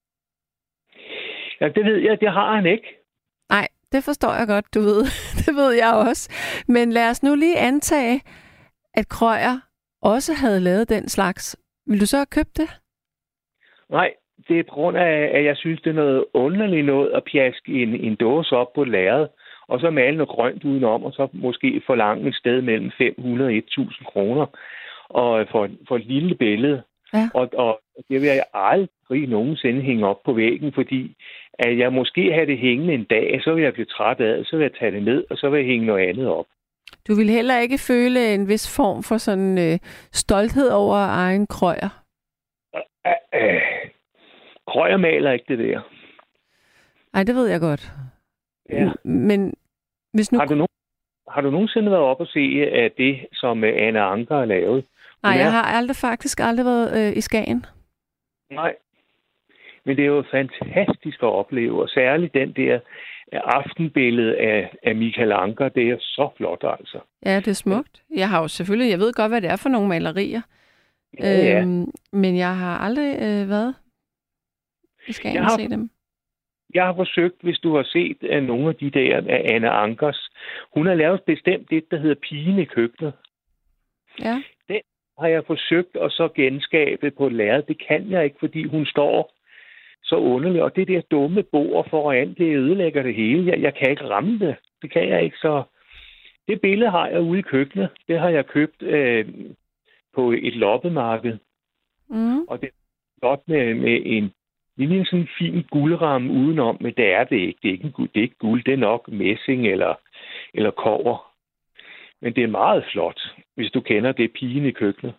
Ja, det ved jeg, det har han ikke. Nej, det forstår jeg godt, du ved. Det ved jeg også. Men lad os nu lige antage, at Krøyer også havde lavet den slags. Vil du så have købt det? Nej, det er på grund af, at jeg synes, det er noget underligt noget at pjaske en, en dåse op på lærred, og så male noget grønt udenom, og så måske forlange et sted mellem fem hundrede og tusind kroner og for, for et lille billede. Ja. Og, og det vil jeg aldrig nogensinde hænge op på væggen, fordi at jeg måske have det hængende en dag, så vil jeg blive træt af det, så vil jeg tage det ned, og så vil jeg hænge noget andet op. Du vil heller ikke føle en vis form for sådan øh, stolthed over egen Krøyer? Øh, øh, Krøyer maler ikke det der. Nej, det ved jeg godt. Ja. Men hvis nu... Har du, no- har du nogensinde været op og se at det, som øh, Anne Anker har lavet? Nej, Hun er- jeg har aldrig faktisk aldrig været øh, i Skagen. Nej. Men det er jo fantastisk at opleve, og særligt den der aftenbillede af, af Michael Anker, det er så flot altså. Ja, det er smukt. Jeg har jo selvfølgelig... Jeg ved godt, hvad det er for nogle malerier. Ja, ja. Øhm, men jeg har aldrig øh, været i Skagen Jeg og har- se dem. Jeg har forsøgt, hvis du har set uh, nogle af de der af Anne Ankers, hun har lavet bestemt det, der hedder Pigen i køkkenet. Ja. Har jeg forsøgt at så genskabe på et lærred. Det kan jeg ikke, fordi hun står så underligt. Og det der dumme bord foran, det ødelægger det hele. Jeg, jeg kan ikke ramme det. Det kan jeg ikke. Så det billede har jeg ude i køkkenet. Det har jeg købt øh, på et loppemarked. Mm. Og det er godt med, med en lille sådan fin guldramme udenom, men det er det ikke. Det er ikke, en guld, det er ikke guld, det er nok messing eller, eller kobber. Men det er meget flot, hvis du kender det Pigen i køkkenet.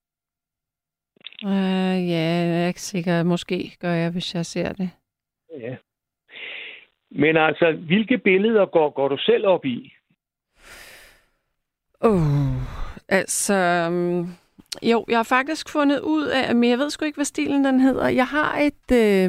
Uh, ja, jeg er ikke sikker. Måske gør jeg, hvis jeg ser det. Ja. Men altså, hvilke billeder går, går du selv op i? Uh, altså... Um, jo, jeg har faktisk fundet ud af... Men jeg ved sgu ikke, hvad stilen den hedder. Jeg har et... Øh,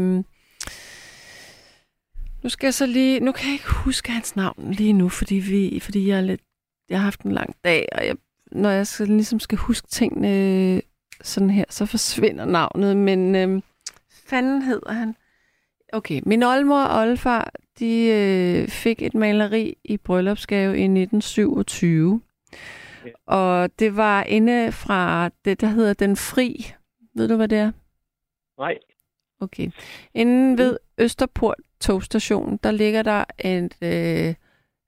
nu skal jeg så lige... Nu kan jeg ikke huske hans navn lige nu, fordi, vi, fordi jeg, er lidt, jeg har haft en lang dag, og jeg, når jeg skal, ligesom skal huske tingene sådan her, så forsvinder navnet. Men øh, fanden hedder han? Okay, min oldemor og oldefar, de øh, fik et maleri i bryllupsgave i nitten syvogtyve. Ja. Og det var inde fra det, der hedder Den Fri. Ved du, hvad det er? Nej. Okay. Inden ved Østerport togstation, der ligger der et, øh,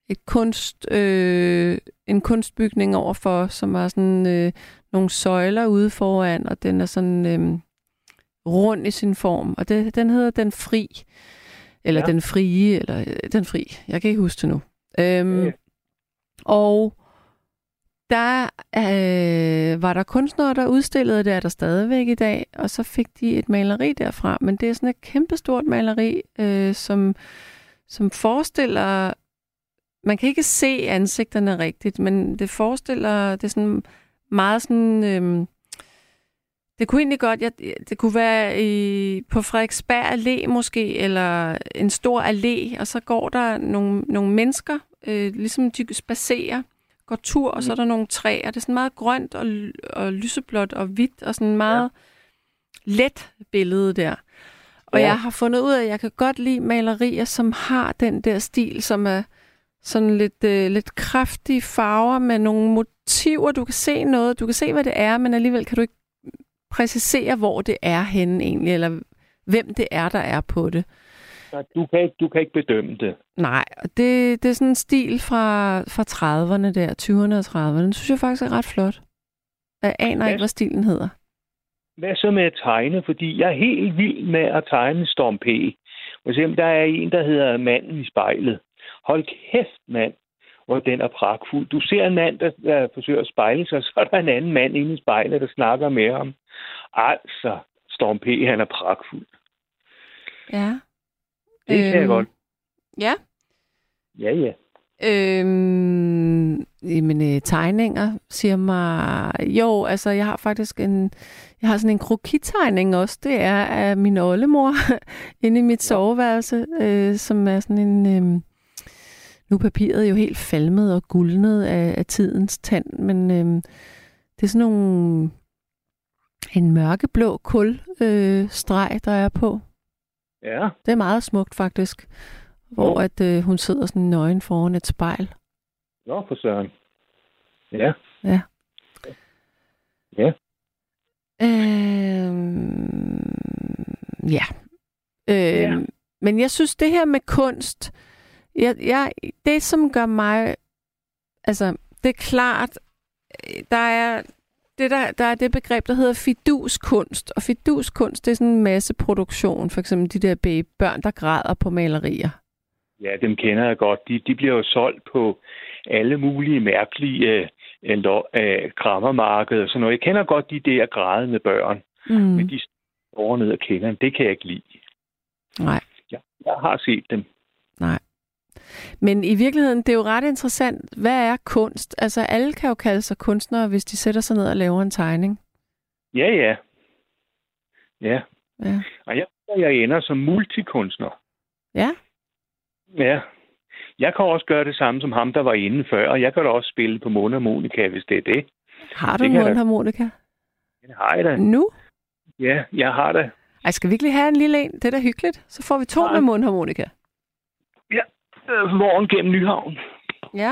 et kunst, øh, en kunstbygning overfor, som har sådan øh, nogle søjler ude foran, og den er sådan øh, rund i sin form. Og det, den hedder Den Fri, eller ja. Den Frie, eller øh, Den Fri. Jeg kan ikke huske det nu. Øhm, ja. Og der øh, var der kunstnere, der udstillede det, er der stadigvæk i dag, og så fik de et maleri derfra. Men det er sådan et kæmpestort maleri, øh, som, som forestiller... Man kan ikke se ansigterne rigtigt, men det forestiller... Det er sådan meget sådan... Øh, det kunne egentlig godt... Ja, det kunne være i, på Frederiksberg Allé måske, eller en stor allé, og så går der nogle, nogle mennesker, øh, ligesom de spacerer, går tur, og så er der nogle træer. Det er sådan meget grønt og, og lyseblåt og hvidt, og sådan meget ja. let billede der. Og ja. jeg har fundet ud af, at jeg kan godt lide malerier, som har den der stil, som er sådan lidt, øh, lidt kraftige farver med nogle motiver. Du kan se noget, du kan se, hvad det er, men alligevel kan du ikke præcisere, hvor det er henne egentlig, eller hvem det er, der er på det. Du kan ikke, du kan ikke bedømme det. Nej, det, det er sådan en stil fra, fra trediverne der, tyverne og trediverne. Den synes jeg faktisk er ret flot. Jeg aner hvad, ikke, hvad stilen hedder. Hvad så med at tegne? Fordi jeg er helt vild med at tegne Storm P. For eksempel, der er en, der hedder Manden i spejlet. Hold kæft, mand, hvor den er pragtfuld. Du ser en mand, der, der forsøger at spejle sig, så er der en anden mand inde i spejlet, der snakker med ham. Altså, Storm P, han er pragtfuld. Ja. Det kan øhm, jeg godt. Ja. Ja, ja. Øhm, jamen, tegninger siger mig... Jo, altså, jeg har faktisk en... Jeg har sådan en krokitegning også. Det er af min oldemor inde i mit soveværelse, øh, som er sådan en... Øh, nu er papiret jo helt falmet og guldnet af, af tidens tand, men øh, det er sådan nogle... En mørkeblå kulstreg, øh, streg, der er på. Ja. Det er meget smukt, faktisk. Hvor at, øh, hun sidder sådan nøgen foran et spejl. Nå, for søren. Ja. Ja. Ja. Øhm, ja. Øhm, ja. Men jeg synes, det her med kunst, jeg, jeg, det som gør mig, altså, det er klart, der er det, der, der er det begreb, der hedder fiduskunst. Og fiduskunst, det er sådan en masse produktion. For eksempel de der baby, børn, der græder på malerier. Ja, dem kender jeg godt. De, de bliver jo solgt på alle mulige mærkelige øh, øh, krammermarkeder og sådan noget. Jeg kender godt de der grædende børn. Mm. Men de står ned og kender dem. Det kan jeg ikke lide. Nej. Ja, jeg har set dem. Nej. Men i virkeligheden, det er jo ret interessant. Hvad er kunst? Altså, alle kan jo kalde sig kunstnere, hvis de sætter sig ned og laver en tegning. Ja, ja. Ja. Ja. Og jeg, jeg ender som multikunstner. Ja? Ja. Jeg kan også gøre det samme som ham, der var inde før, og jeg kan da også spille på mundharmonika, hvis det er det. Har du en mundharmonika? Det har jeg da. Nu? Ja, jeg har det. Ej, skal vi virkelig have en lille en? Det er da hyggeligt. Så får vi to ja. med mundharmonika. Ja, øh, morgen gennem Nyhavn. Ja.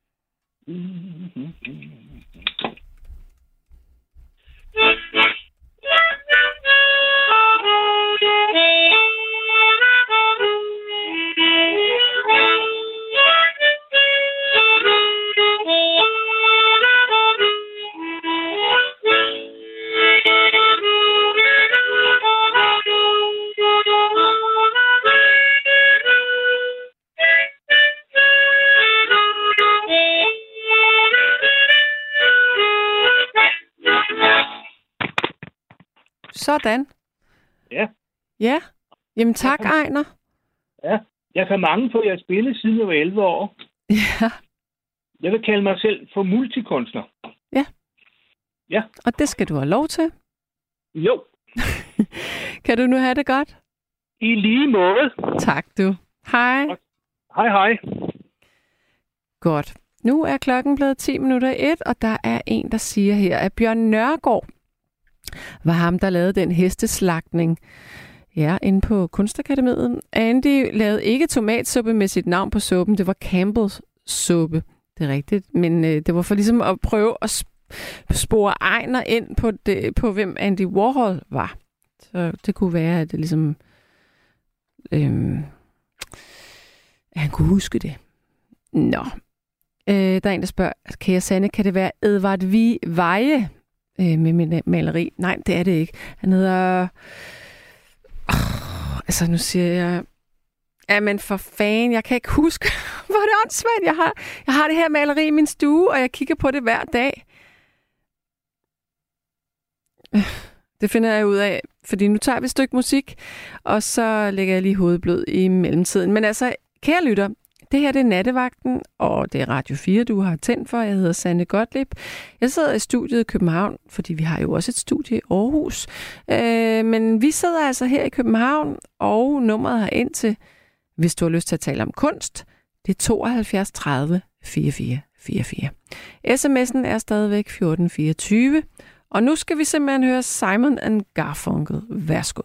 Sådan. Ja. Ja. Jamen tak, kan... Ejner. Ja, jeg kan mange på jeres spille, siden jeg var elleve år. Ja. Jeg vil kalde mig selv for multikunstner. Ja. Ja. Og det skal du have lov til. Jo. Kan du nu have det godt? I lige måde. Tak du. Hej. Hej, hej. Godt. Nu er klokken blevet ti minutter i et, og der er en, der siger her, at Bjørn Nørgaard var ham, der lavede den hesteslagtning. Ja, inde på Kunstakademiet. Andy lavede ikke tomatsuppe med sit navn på suppen. Det var Campbells suppe. Det er rigtigt. Men øh, det var for ligesom at prøve at spore Ejner ind på, det, på hvem Andy Warhol var. Så det kunne være, at det ligesom... Øh, at han kunne huske det. Nå. Øh, der er en, der spørger, kære Sanne, kan det være Edvard Veje øh, med min maleri? Nej, det er det ikke. Han hedder... Oh, altså, nu siger jeg... Ja, men for fanden, jeg kan ikke huske, hvor det er åndssvagt. Jeg har, jeg har det her maleri i min stue, og jeg kigger på det hver dag. Det finder jeg ud af, fordi nu tager vi et stykke musik, og så lægger jeg lige hovedblød i mellemtiden. Men altså, kære lytter, det her det er Nattevagten, og det er Radio fire, du har tændt for. Jeg hedder Sanne Gottlieb. Jeg sidder i studiet i København, fordi vi har jo også et studie i Aarhus. Øh, men vi sidder altså her i København, og nummeret har ind til, hvis du har lyst til at tale om kunst, det er tooghalvfjerds tredive fireogfyrre fireogfyrre. sms'en er stadigvæk fjorten fireogtyve. Og nu skal vi simpelthen høre Simon and Garfunkel. Værsgo.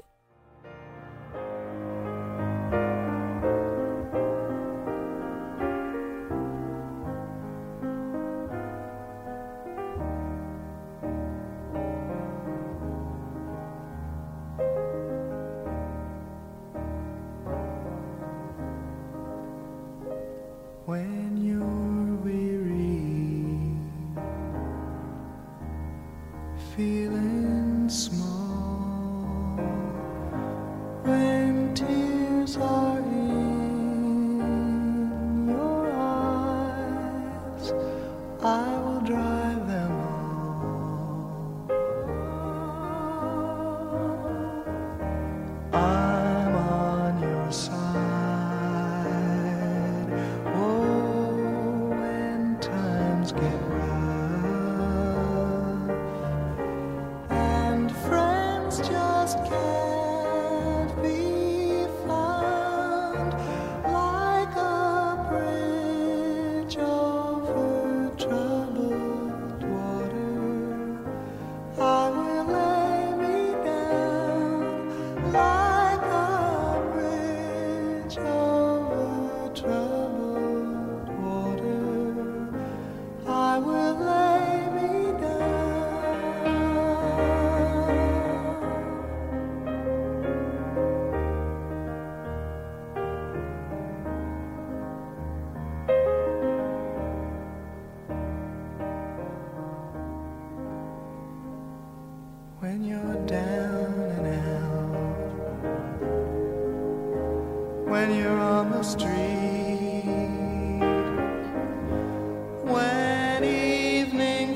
When you're weary, feeling small, when tears are in your eyes, I will dry them all. I'm on your side. Get rough, and friends just can't be found, like a bridge over troubled water. I will lay me down like a bridge over troubled water. I will lay me down. When you're down and out, when you're on the street, when evening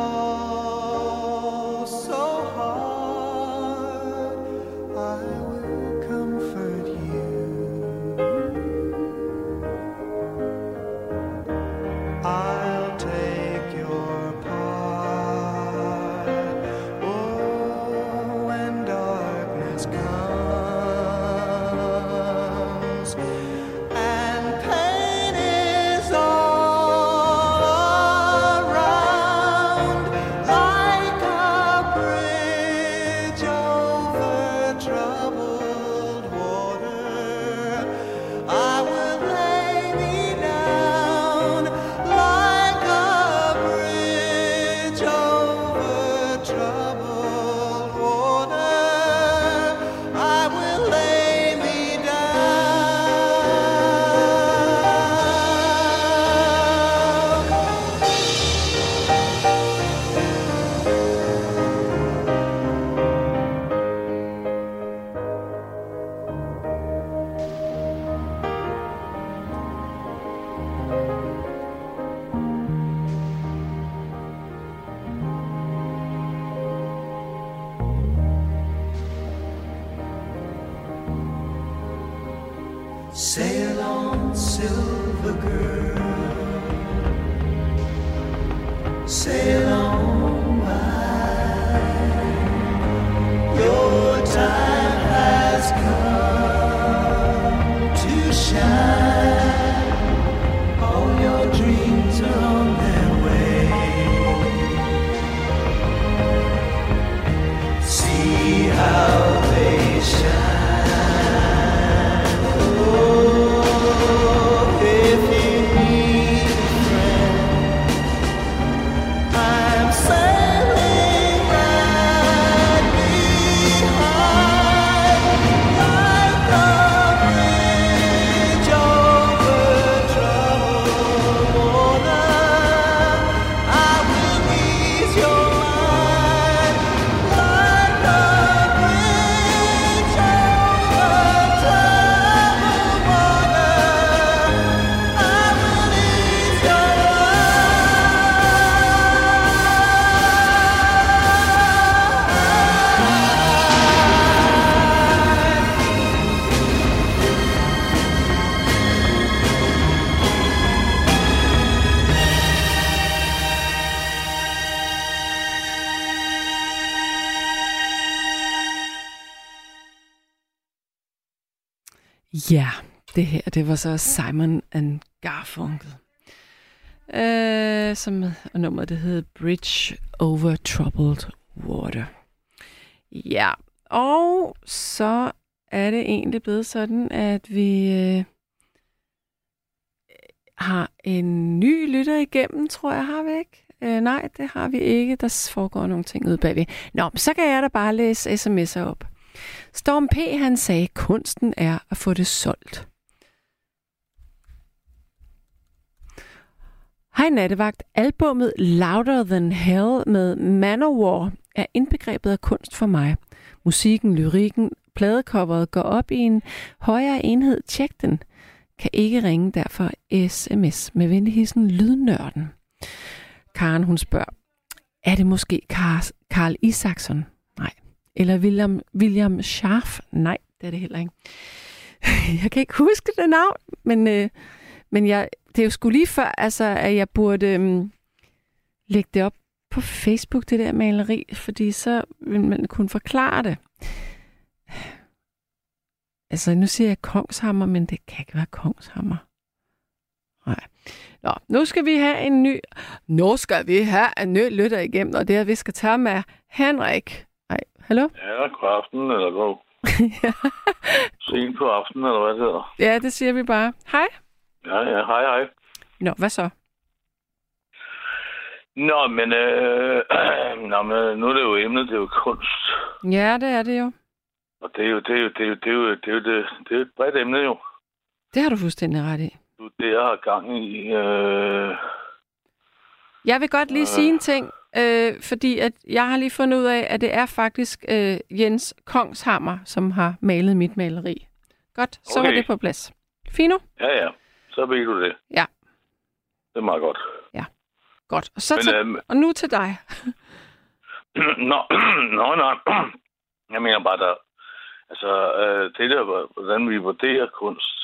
falls so hard, I will comfort you. I'll take your part. Oh, when darkness comes and pain is all around, like a bridge over troubled water, I will lay me down like a bridge over troubled water. I will lay me sail on, silver girl, sail on by. Your time has come to shine. All your dreams are on their way. See how they shine. I Ja, det her, det var så Simon and Garfunkel. Øh, som, og nummeret, det hed Bridge Over Troubled Water. Ja, og så er det egentlig blevet sådan, at vi øh, har en ny lytter igennem, tror jeg, har vi ikke? Øh, nej, det har vi ikke. Der foregår nogle ting ude bagved. Nå, så kan jeg da bare læse sms'er op. Storm P., han sagde, kunsten er at få det solgt. Hej Nattevagt. Albummet Louder Than Hell med Manowar er indbegrebet af kunst for mig. Musikken, lyrikken, pladecoveret går op i en højere enhed. Tjek den. Kan ikke ringe, derfor sms med venligheden Lydnørden. Karen, hun spørger, er det måske Carl Isaksson? Nej. Eller William, William Scharf? Nej, det er det heller ikke. Jeg kan ikke huske det navn, men, øh, men jeg, det er jo sgu lige før, altså, at jeg burde øh, lægge det op på Facebook, det der maleri, fordi så vil man kunne forklare det. Altså, nu siger jeg Kongshammer, men det kan ikke være Kongshammer. Nej. Nå, nu skal vi have en ny... Nu skal vi have en ny lytter igennem, og det er, vi skal tage med Henrik. Nej, hallo? Ja, god aften, eller god. Ja. Sent på aftenen, eller hvad det hedder. Ja, det siger vi bare. Hej. Ja, ja, hej, hej. Nå, hvad så? Nå, men, øh, nå, men nu er det jo emnet, det er jo kunst. Ja, det er det jo. Og det er jo, det er jo, det er jo, det er jo, det er jo, det, det er jo et bredt emne jo. Det har du fuldstændig ret i. Du er der har gang i... Øh, Jeg vil godt lige øh, sige en ting, øh, fordi at jeg har lige fundet ud af, at det er faktisk øh, Jens Kongshammer, som har malet mit maleri. Godt, så okay. Var det på plads. Fino? Ja, ja. Så ved du det. Ja. Det er meget godt. Ja, godt. Og, så Men, til, øh, og nu til dig. Nå, nå, nå. Jeg mener bare, der... Altså, øh, det der, hvordan vi vurderer kunst...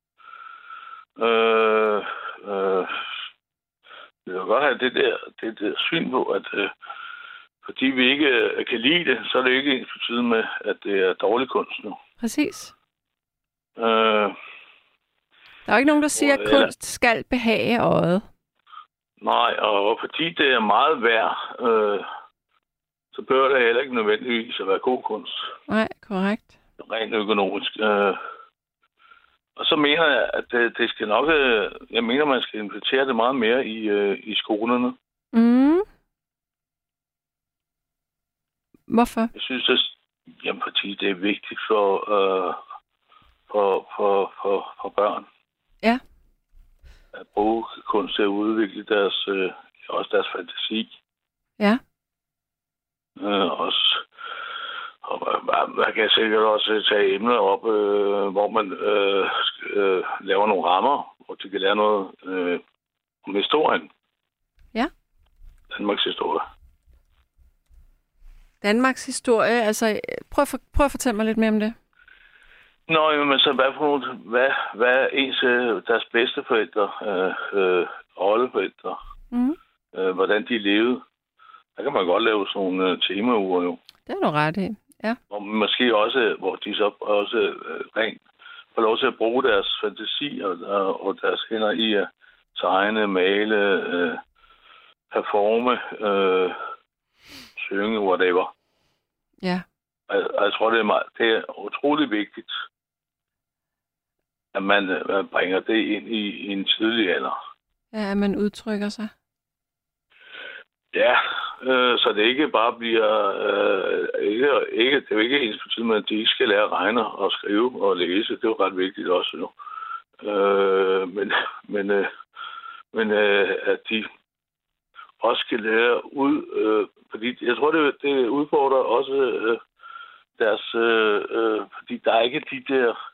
Øh, øh, vi vil godt have det der, det der syn på, at øh, fordi vi ikke øh, kan lide det, så er det ikke ens betydende med, at det er dårlig kunst nu. Præcis. Øh, Der er jo ikke nogen, der siger, at kunst skal behage øjet. Nej, og fordi det er meget værd, øh, så bør det heller ikke nødvendigvis at være god kunst. Nej, korrekt. Rent økonomisk. Øh, Og så mener jeg, at det, det skal nok... Jeg mener, man skal implementere det meget mere i, øh, i skolerne. Mm. Hvorfor? Jeg synes, at jamen, fordi det er vigtigt for, øh, for, for, for, for børn. Ja. At bruge kunst til at udvikle deres, øh, også deres fantasi. Ja. Øh, også... Og man kan sikkert også tage emner op, øh, hvor man øh, øh, laver nogle rammer, hvor de kan lære noget øh, om historien. Ja. Danmarks historie. Danmarks historie, altså prøv, for, prøv at fortælle mig lidt mere om det. Nå, men så hvad for nogle, hvad, hvad er ens, deres bedste forældre, øh, øh, oldeforældre, mm. øh, hvordan de levede. Der kan man godt lave sådan nogle øh, temauger jo. Det er du ret i. Ja. Og måske også, hvor de så også øh, rent får lov til at bruge deres fantasi og, og, og deres hænder i at tegne, male, øh, performe, øh, synge, whatever. Ja. Og, og jeg tror, det er, meget, det er utrolig vigtigt, at man, man bringer det ind i, i en tidlig alder. Ja, at man udtrykker sig. Ja, øh, så det ikke bare bliver... Øh, ikke, ikke, det er jo ikke ens betydning, at de ikke skal lære at regne og skrive og læse. Det er jo ret vigtigt også nu. Øh, men men, øh, men øh, at de også skal lære ud... Øh, fordi jeg tror, det, det udfordrer også øh, deres... Øh, øh, fordi der er ikke de der...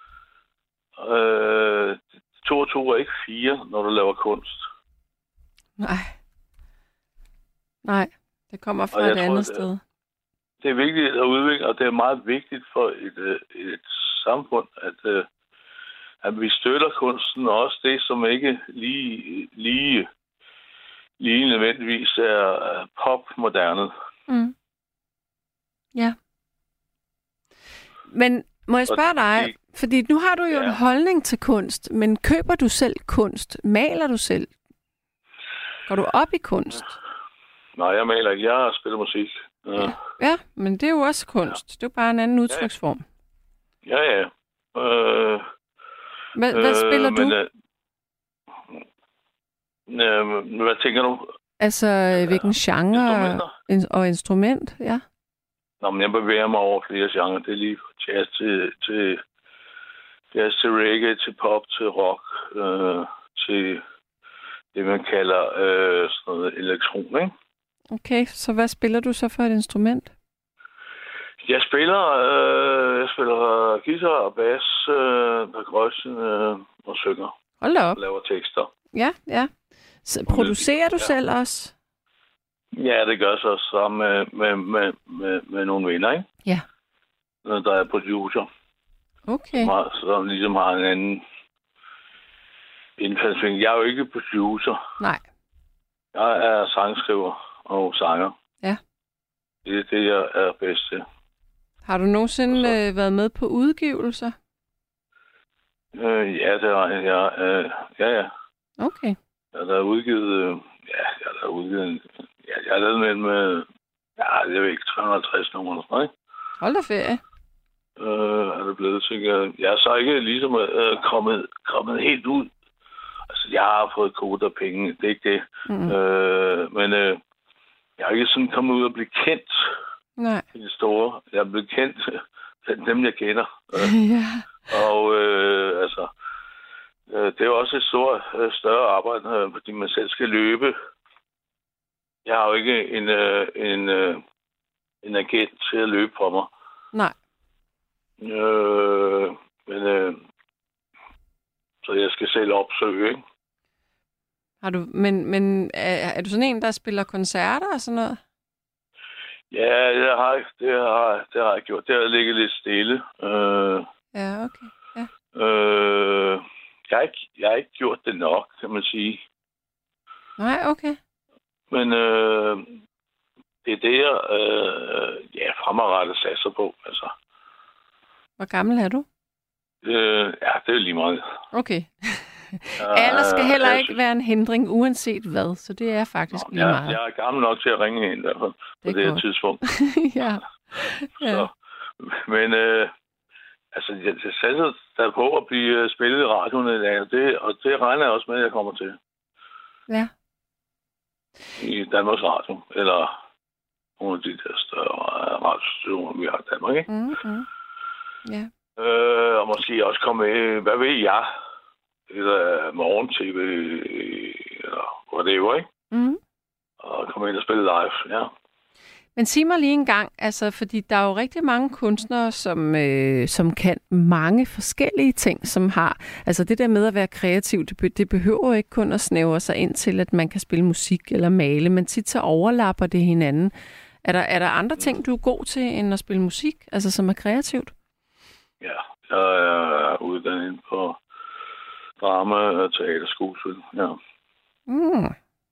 Øh, to og to er ikke fire, når du laver kunst. Nej. Nej, det kommer fra et andet sted. Det, det er vigtigt at udvikle, og det er meget vigtigt for et, et samfund, at, at vi støtter kunsten, og også det, som ikke lige, lige, lige nødvendigvis er popmoderne. Mm. Ja. Men må jeg spørge dig, Fordi nu har du jo Ja. en holdning til kunst, men køber du selv kunst? Maler du selv? Går du op i kunst? Nej, jeg maler ikke. Jeg spiller musik. Ja, Ja, men det er jo også kunst. Det er jo bare en anden udtryksform. ja. ja. Øh, Hvad, hvad spiller øh, du? Men, øh, øh, hvad tænker du? Altså, hvilken genre Instrumenter? in- og instrument? Ja. Nå, men jeg bevæger mig over flere genrer. Det er lige fra jazz til, til, jazz til reggae, til pop, til rock, øh, til det, man kalder øh, sådan noget elektron, ikke? Okay, så hvad spiller du så for et instrument? Jeg spiller, øh, jeg spiller guitar og bass, øh, percussion øh, og synger. Hold da op. Og laver tekster. Ja, ja. Så producerer du Ja. selv også? Ja, det gør så sammen med, med, med, med, med nogle venner, ikke? Ja. Der er producer, Okay. som, som ligesom har en anden indfaldsvinkel. Jeg er jo ikke producer. Nej. Jeg er sangskriver og sanger. Ja. Det er det, jeg er bedst til. Har du nogensinde Og så- øh, været med på udgivelser? Øh, ja, det er jeg. Øh, ja, ja. Okay. Jeg har da udgivet... Øh, ja, jeg har da udgivet... En, ja, jeg har lavet med... med ja, jeg ved ikke, tre hundrede og halvtreds nummer eller sådan noget, ikke? Hold da ferie. Øh, er det blevet til. Jeg, jeg er så ikke ligesom øh, kommet, kommet helt ud. Altså, jeg har fået koder penge. Det er ikke det. Mm. Øh, men øh, jeg er ikke sådan kommet ud og blive kendt Nej. i det store. Jeg er blevet kendt blandt dem, jeg kender. Øh, Ja. og øh, altså, øh, det er jo også et stort, øh, større arbejde, øh, fordi man selv skal løbe. Jeg har jo ikke en, øh, en, øh, en agent til at løbe for mig. Nej. Øh, men øh, så jeg skal selv opsøge, ikke? Har du, men men er, er du sådan en, der spiller koncerter og sådan noget? Ja, det har, jeg- det har, det har jeg gjort. Det har ligget lidt stille. Øh, Ja, okay. øh, jeg, har ikke, jeg har ikke gjort det nok, kan man sige. Nej, okay. Men øh, det er det, jeg øh, ja, fremadrettet satser på. Altså, Hvor gammel er du? øh, ja, det er lige meget. Okay. Jeg, Alder skal heller jeg ikke synes- være en hindring, uanset hvad. Så det er faktisk lige jeg, meget. jeg er gammel nok til at ringe hende i hvert fald, på Det det, er her godt. tidspunkt. ja. Ja. Så, men øh, altså, jeg, jeg satser der på at blive øh, spillet i radioen i dag, og det, og det regner jeg også med, at jeg kommer til. Ja. I Danmarks Radio, eller nogle af de der større radiostationer, vi har i Danmark, ikke? Mm-hmm. Ja. Øh, og måske også komme med, hvad ved jeg, eller morgen-tv, eller whatever, ikke? Mm. Og komme ind og spille live, ja. Men sig mig lige en gang, altså, fordi der er jo rigtig mange kunstnere, som, øh, som kan mange forskellige ting, som har, altså det der med at være kreativ, det, be, det behøver jo ikke kun at snævre sig ind til, at man kan spille musik eller male, men tit så overlapper det hinanden. Er der, er der andre ting, du er god til, end at spille musik, altså som er kreativt? Ja, jeg er uddannet på drama, teater, skuespil, ja. Mm.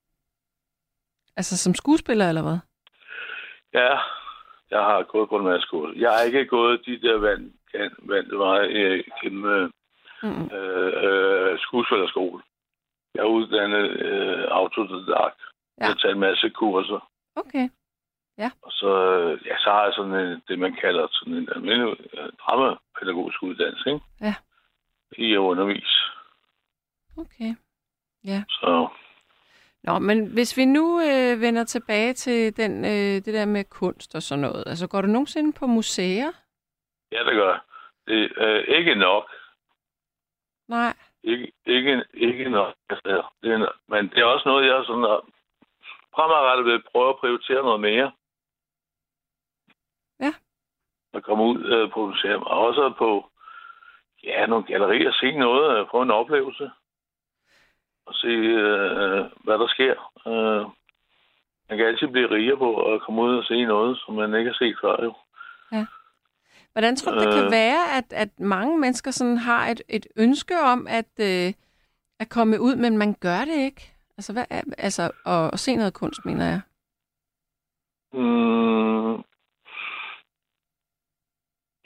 Altså som skuespiller, eller hvad? Ja, jeg har gået på en masse skole. Jeg har ikke gået de der vand, vand veje gennem Mm. øh, øh, skuespillerskole. Jeg er uddannet øh, autodidakt. Ja. Jeg har taget en masse kurser. Okay. Og så, øh, ja, så har jeg sådan en, det, man kalder sådan en almindelig øh, dramapædagogisk uddannelse, ikke? Ja. I at undervise. Okay. Ja. Så Nå, men hvis vi nu øh, vender tilbage til den, øh, det der med kunst og sådan noget, altså går du nogensinde på museer? ja, det gør jeg. Det er øh, ikke nok. Nej. Ikke, ikke, ikke nok. Altså, det er, men det er også noget, jeg sådan har fremadrettet vil prøve at prioritere noget mere. Ja. At komme ud øh, på museum. Og også på ja, nogle gallerier, se noget, øh, få en oplevelse. Og se, øh, hvad der sker. Øh, man kan altid blive rigere på at komme ud og se noget, som man ikke har set før, jo. Ja. Hvordan tror du, det kan Øh. være, at, at mange mennesker sådan har et, et ønske om at, øh, at komme ud, men man gør det ikke? Altså, hvad er, altså at, at se noget kunst, mener jeg. Mm, måske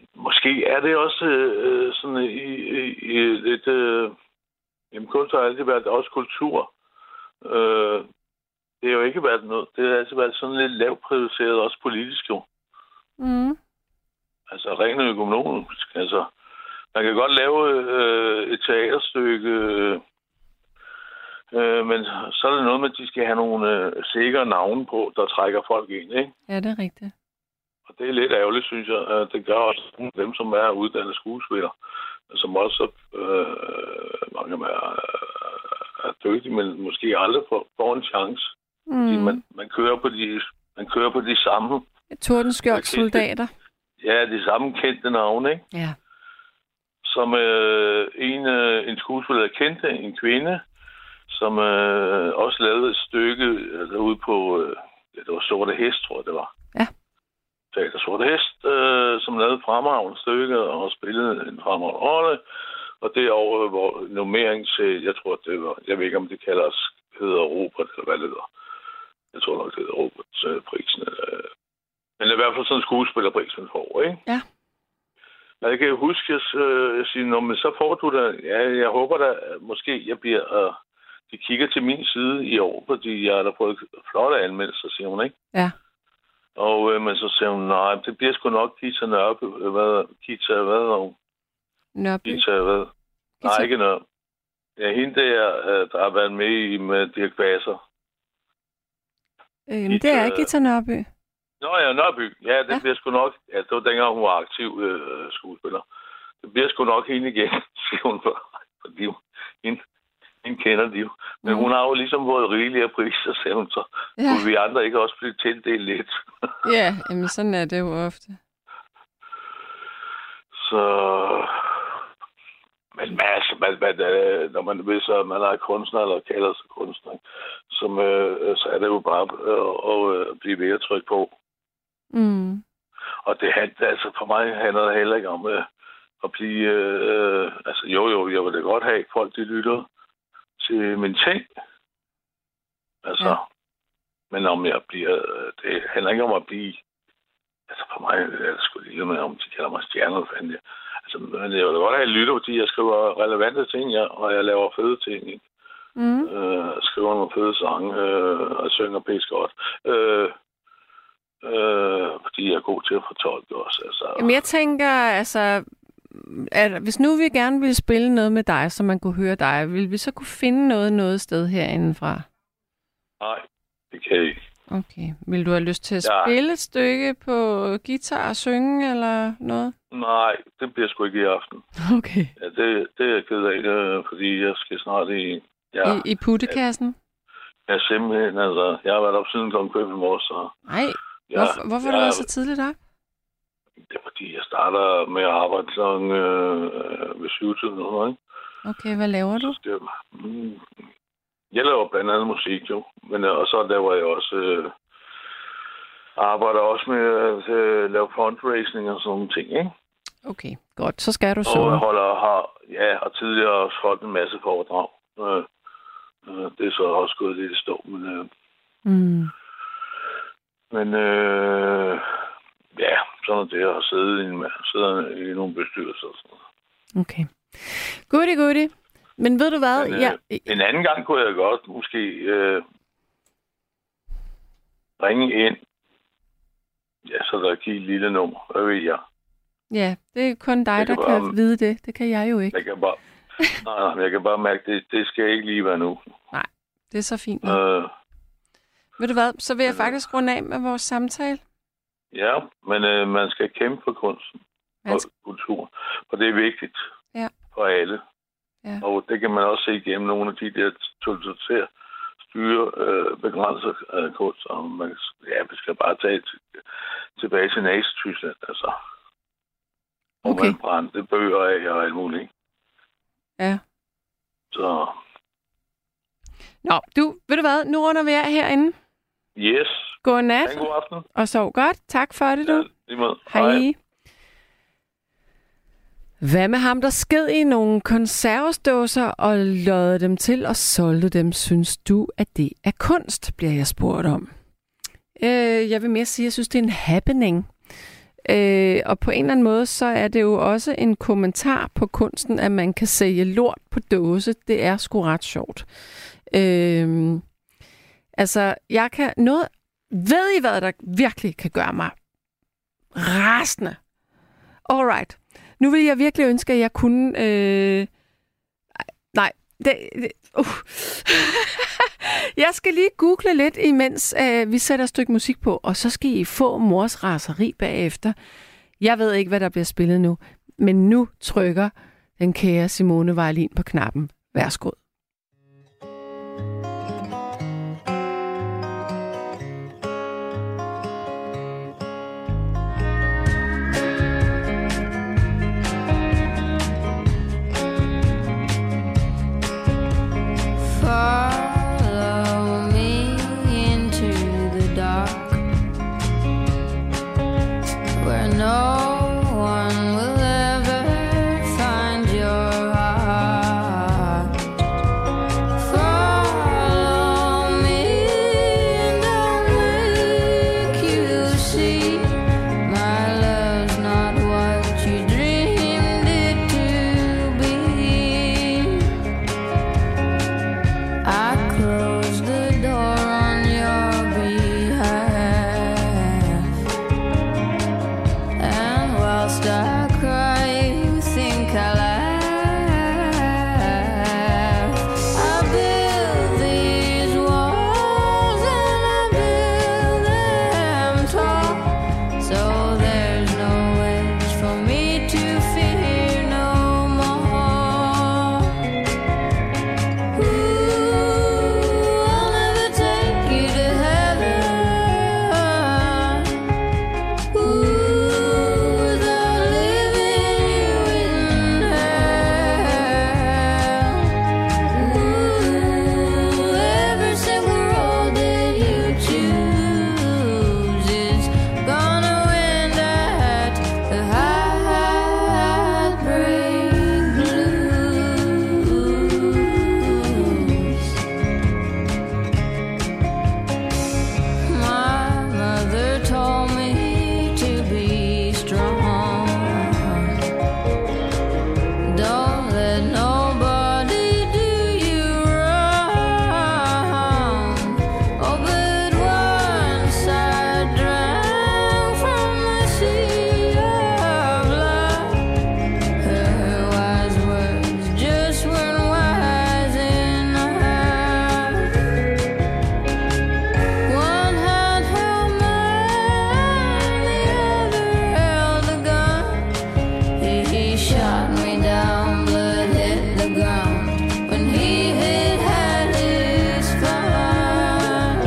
måske er det også øh, sådan i, i, i lidt... Øh, jamen, kunst har altid været også kultur. Øh, det har jo ikke været noget... Det har altid været sådan lidt lavt prioriteret, også politisk jo. Mm. Altså, rent økonomisk. Altså, man kan godt lave øh, et teaterstykke... Øh, øh, men så er det noget med, at de skal have nogle øh, sikre navne på, der trækker folk ind, ikke? Ja, det er rigtigt. Og det er lidt ærgerligt, synes jeg. Det gør også dem, som er uddannede skuespillere, som også øh, mange er, er dygtige, men måske aldrig får, får en chance. Mm. Man, man, kører på de, man kører på de samme... Tordenskjolds soldater. Ja, de samme kendte navne, ikke? Ja. Som øh, en, øh, en skuespiller kendte, en kvinde, som øh, også lavede et stykke derude på... Øh, det var Sorte Hest, tror jeg, det var. Ja. Teater Sorte Hest, øh, som lavede fremragende stykker og spillede en fremragende rolle. Og det er over, hvor nummering til, jeg tror, det var, jeg ved ikke, om det kalder hedder Robert, eller hvad det hedder. Jeg tror nok, det hedder Robert øh, prisen. Øh. Men i hvert fald sådan en skuespillerpris, man får, ikke? Ja. Men jeg kan huske, at øh, jeg siger, men så får du da, ja, jeg håber da, måske jeg bliver, øh, de kigger til min side i år, fordi jeg har da fået flotte anmeldelser, siger hun, ikke? Ja. Og øh, men så siger hun, nej, det bliver sgu nok Gita Nørby. Hvad? Gita, hvad er hun? Nørby? Gita, hvad? Gita. Nej, ikke Nørby. Ja, hende der, der har været med i med Dirk Passer. Øhm, Gita... Det er Gita Nørby. Nå ja, Nørby. Ja, det ja. bliver sgu nok... Ja, det var dengang, hun var aktiv øh, skuespiller. Det bliver sgu nok hende igen, siger hun. Fordi hende, hende kender de jo. Men mm. hun har jo ligesom fået rigeligere priser, siger hun så. Ja. Kunne vi andre ikke også blive tildelt lidt? Ja, jamen sådan er det jo ofte. Så... Men altså, man, man, når man hvis man er kunstner, eller kalder sig kunstner, som, øh, så er det jo bare øh, at, at blive ved at trykke på. Mm. Og det altså, for mig handler det heller ikke om øh, at blive... Øh, altså jo, jo, jeg vil da godt have folk, de lytter til mine ting. Altså, ja. Men om jeg bliver... Det handler ikke om at blive... Altså for mig er det sgu lige med, om de kalder mig stjerner, fandt jeg. Altså, men jeg vil da godt have lytter, fordi jeg skriver relevante ting, ja, og jeg laver fede ting, ikke? Mm. Øh, skriver nogle fede sange, øh, og synger pæst godt. Øh, øh, fordi jeg er god til at fortolke også. Altså. Jamen jeg tænker, altså... At hvis nu vi gerne ville spille noget med dig, så man kunne høre dig, ville vi så kunne finde noget noget sted herindefra? Nej, det kan jeg ikke. Okay. Vil du have lyst til at ja. spille et stykke på guitar og synge eller noget? Nej, det bliver sgu ikke i aften. Okay. Ja, det, det er jeg ked af, fordi jeg skal snart i... Ja, I, i puttekassen? Ja, ja, simpelthen. Altså, jeg har været op siden klokken fem i morges, så... Nej, ja, hvorfor, hvorfor har du været så tidligt op? Det er fordi, jeg starter med at arbejde klokken øh, ved syv-tiden, ikke? Okay, hvad laver du? Jeg, mm, jeg laver blandt andet musik, jo. Men, og så laver jeg også... Øh, arbejder også med at øh, lave fundraising og sådan nogle ting, ikke? Okay, godt. Så skal du så. Og jeg holder, har, ja, har tidligere også holdt en masse foredrag. Øh, øh, det er så også gået lidt i stå, men... Øh, mm. Men, øh, ja, sådan er det at sidde i, en, sidde i nogle bestyrelser og sådan noget. Okay. Goodie, goodie. Men ved du hvad? Men, øh, ja. En anden gang kunne jeg godt måske øh, ringe ind. Ja, så der giver et lille nummer. Hvad ved jeg? Ja, det er kun dig, jeg der kan, kan bare, vide det. Det kan jeg jo ikke. Jeg kan bare, nej, nej, jeg kan bare mærke, det, det skal ikke lige være nu. Nej, det er så fint. Øh, ved du hvad? Så vil jeg faktisk runde af med vores samtale. Ja, men øh, man skal kæmpe for kunsten og kultur. For det er vigtigt ja. for alle. Ja. Og det kan man også se igennem nogle af de der totalitære styre øh, begrænser øh, kunst. Og man, ja, vi skal bare tage til, tilbage til Nazi-Tyskland, altså. Og okay. man brændte bøger af og alt muligt. Ja. Så. Nå, du, ved du hvad? Nu runder vi af herinde. Yes. Godnat. God aften. Og sov godt. Tak for det, du. Ja, lige måde. Hej. Hej. Hvad med ham, der sked i nogle konservesdåser og løjede dem til og solgte dem? Synes du, at det er kunst, bliver jeg spurgt om. Øh, jeg vil mere sige, at jeg synes, det er en happening. Øh, og på en eller anden måde, så er det jo også en kommentar på kunsten, at man kan sælge lort på dåse. Det er sgu ret sjovt. Øh, altså, jeg kan noget... Ved I, hvad der virkelig kan gøre mig rasende? Alright. Nu vil jeg virkelig ønske, at jeg kunne... Øh... Nej, det... det uh. Jeg skal lige google lidt, imens øh, vi sætter et stykke musik på, og så skal I få mors raseri bagefter. Jeg ved ikke, hvad der bliver spillet nu, men nu trykker den kære Simone Vejlin på knappen. Værsgo. Follow me into the dark, where no one will ever find your heart. Follow me and I'll make you see my love's not what you dreamed it to be. I close the door on your behalf, and whilst I cry, you think I laugh. I build these walls and I build them tall, so there's no edge for me to fear no more. Ooh, I'll never take you to heaven. Ooh, without leaving you in hell. Ooh, every single road that you choose is gonna end at the heartbreak blues. My mother told me to be strong. Don't let nobody do you wrong. Oh, but once I drank from the sea of love, her wise words just weren't wise enough. One hand held mine, the other held a gun. He shot me down, blood hit the ground. When he had had his fun.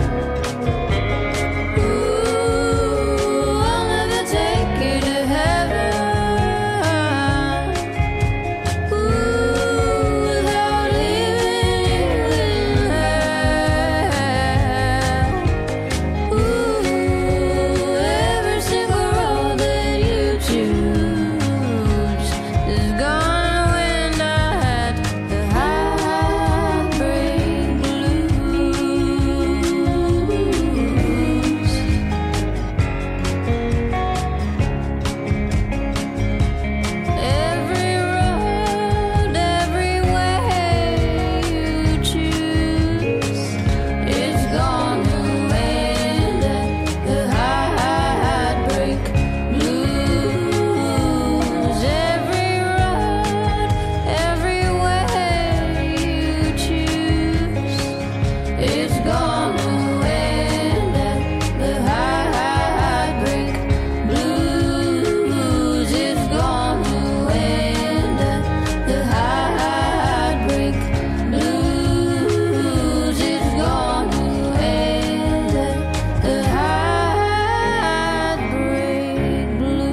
Ooh, I'll never take you to heaven. Ooh, without leaving you in hell. Ooh, every single road that you choose is gonna end at the heartbreak blues. Every road, every way you choose is gonna end at the heartbreak blues. Every road, every way you choose is gonna end at the heartbreak blues. It's gonna end at the heartbreak blues. It's gonna end at the heartbreak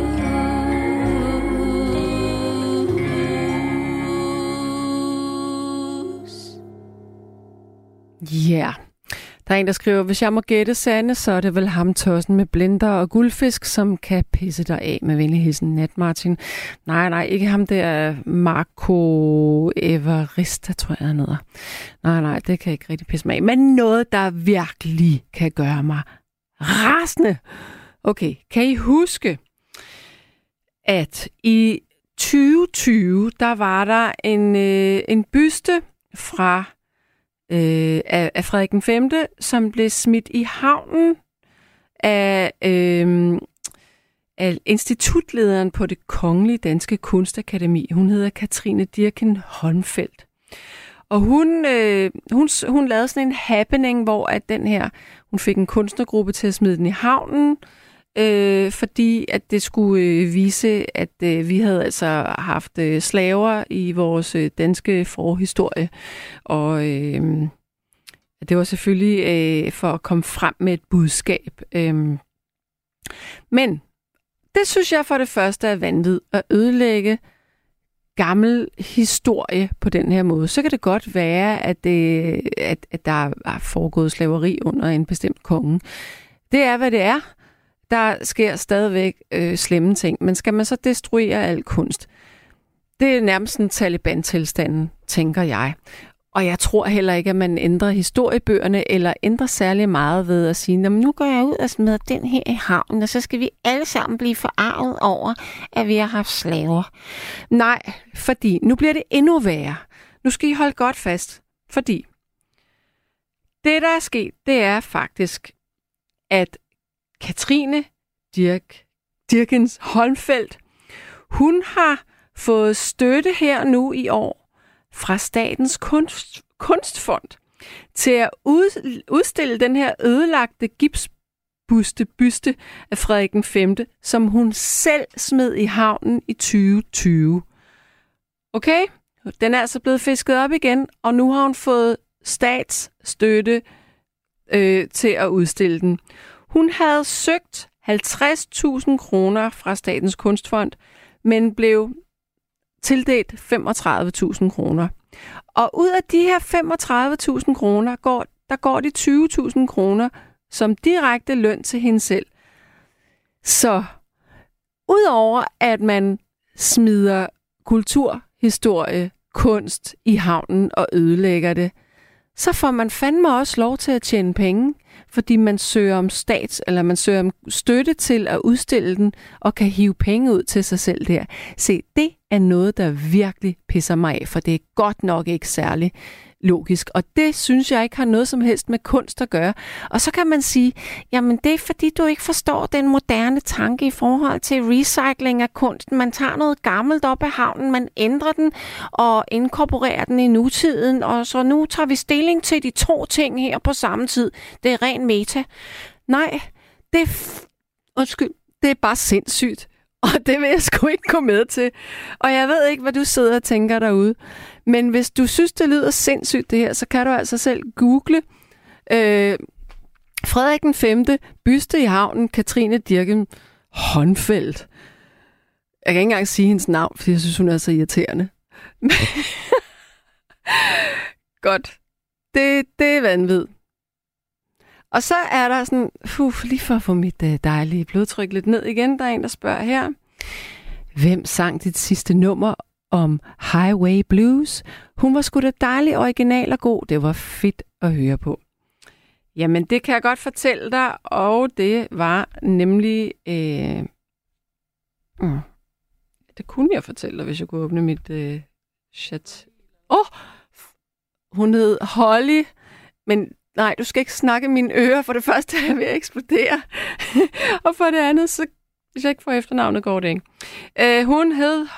blues. Ja, yeah. Der er en, der skriver, hvis jeg må gætte Sanne, så er det vel ham tossen med blender og guldfisk, som kan pisse dig af med venlig hilsen Nat Martin. Nej, nej, ikke ham der Marco Everista, tror jeg han hedder. Nej, nej, det kan jeg ikke rigtig pisse mig af. Men noget, der virkelig kan gøre mig rasende. Okay, kan I huske, at i tyve tyve, der var der en, øh, en byste fra øh, af, af Frederik den femte, som blev smidt i havnen af, øh, af institutlederen på det Kongelige Danske Kunstakademi. Hun hedder Katrine Dirken Holmfeldt. Og hun, øh, hun, hun lavede sådan en happening, hvor at den her, hun fik en kunstnergruppe til at smide den i havnen, øh, fordi at det skulle øh, vise, at øh, vi havde altså haft øh, slaver i vores øh, danske forhistorie. Og øh, det var selvfølgelig øh, for at komme frem med et budskab. Øh. Men det synes jeg for det første er vanvittigt at ødelægge gammel historie på den her måde. Så kan det godt være, at, det, at, at der er foregået slaveri under en bestemt konge. Det er, hvad det er. Der sker stadigvæk øh, slemme ting. Men skal man så destruere al kunst? Det er nærmest en Taliban-tilstanden, tænker jeg. Og jeg tror heller ikke, at man ændrer historiebøgerne, eller ændrer særlig meget ved at sige, nu går jeg ud og smider den her i havnen, og så skal vi alle sammen blive forarvet over, at vi har haft slaver. Nej, fordi nu bliver det endnu værre. Nu skal I holde godt fast, fordi det, der er sket, det er faktisk, at Katrine Dirk, Dirkens Holmfeldt, hun har fået støtte her nu i år fra Statens Kunst, Kunstfond til at ud, udstille den her ødelagte gipsbuste byste af Frederik den femte, som hun selv smed i havnen i tyve tyve. Okay? Den er altså blevet fisket op igen, og nu har hun fået statsstøtte øh, til at udstille den. Hun havde søgt halvtreds tusind kroner fra Statens Kunstfond, men blev tildelt femogtredive tusind kroner. Og ud af de her femogtredive tusind kroner, går, der går de tyve tusind kroner som direkte løn til hende selv. Så udover at man smider kultur, historie, kunst i havnen og ødelægger det, så får man fandme også lov til at tjene penge, fordi man søger om stats, eller man søger om støtte til at udstille den, og kan hive penge ud til sig selv der. Se, det er noget, der virkelig pisser mig af, for det er godt nok ikke særlig logisk, og det synes jeg ikke har noget som helst med kunst at gøre. Og så kan man sige, jamen det er fordi, du ikke forstår den moderne tanke i forhold til recycling af kunsten. Man tager noget gammelt op af havnen, man ændrer den og inkorporerer den i nutiden, og så nu tager vi stilling til de to ting her på samme tid. Det er ren meta. Nej, det er, f- undskyld, det er bare sindssygt. Og det vil jeg sgu ikke gå med til. Og jeg ved ikke, hvad du sidder og tænker derude. Men hvis du synes, det lyder sindssygt det her, så kan du altså selv google øh, Frederik den femte, byste i havnen, Katrine Dirken Holmfeldt. Jeg kan ikke engang sige hendes navn, fordi jeg synes, hun er så irriterende. Godt. Det, det er vanvittigt. Og så er der sådan, uh, lige for at få mit uh, dejlige blodtryk lidt ned igen, der er en, der spørger her. Hvem sang dit sidste nummer om Highway Blues? Hun var sgu da dejlig, original og god. Det var fedt at høre på. Jamen, det kan jeg godt fortælle dig, og det var nemlig... Øh... Mm. Det kunne jeg fortælle dig, hvis jeg kunne åbne mit øh, chat. Åh! Oh! Hun hed Holly, men... Nej, du skal ikke snakke mine ører. For det første er jeg ved at eksplodere. Og for det andet, så hvis jeg ikke får efternavnet, går det ikke. Uh, hun hed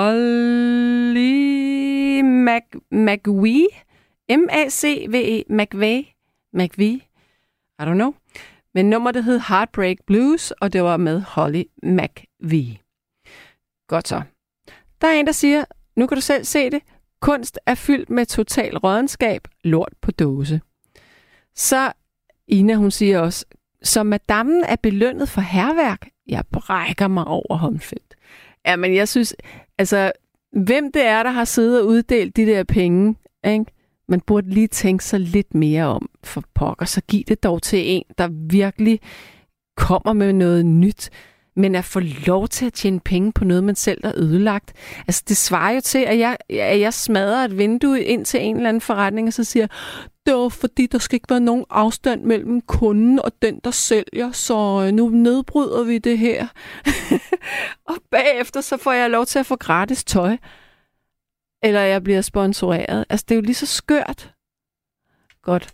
Holly Mac McVie. M A C V E McVie. McVie. I don't know. Men nummeret det hed Heartbreak Blues, og det var med Holly McVie. Godt så. Der er en, der siger, nu kan du selv se det. Kunst er fyldt med total rådenskab. Lort på dåse. Så Ina, hun siger også, så madammen er belønnet for hærværk. Jeg brækker mig over Holmfeldt. Ja, men jeg synes, altså, hvem det er, der har siddet og uddelt de der penge, ikke? Man burde lige tænke sig lidt mere om for pokker, så giv det dog til en, der virkelig kommer med noget nyt, men at få lov til at tjene penge på noget, man selv har ødelagt. Altså, det svarer jo til, at jeg, at jeg smadrer et vindue ind til en eller anden forretning, og så siger, det var fordi, der skal ikke være nogen afstand mellem kunden og den, der sælger, så øh, nu nedbryder vi det her. Og bagefter så får jeg lov til at få gratis tøj. Eller jeg bliver sponsoreret. Altså, det er jo lige så skørt. Godt.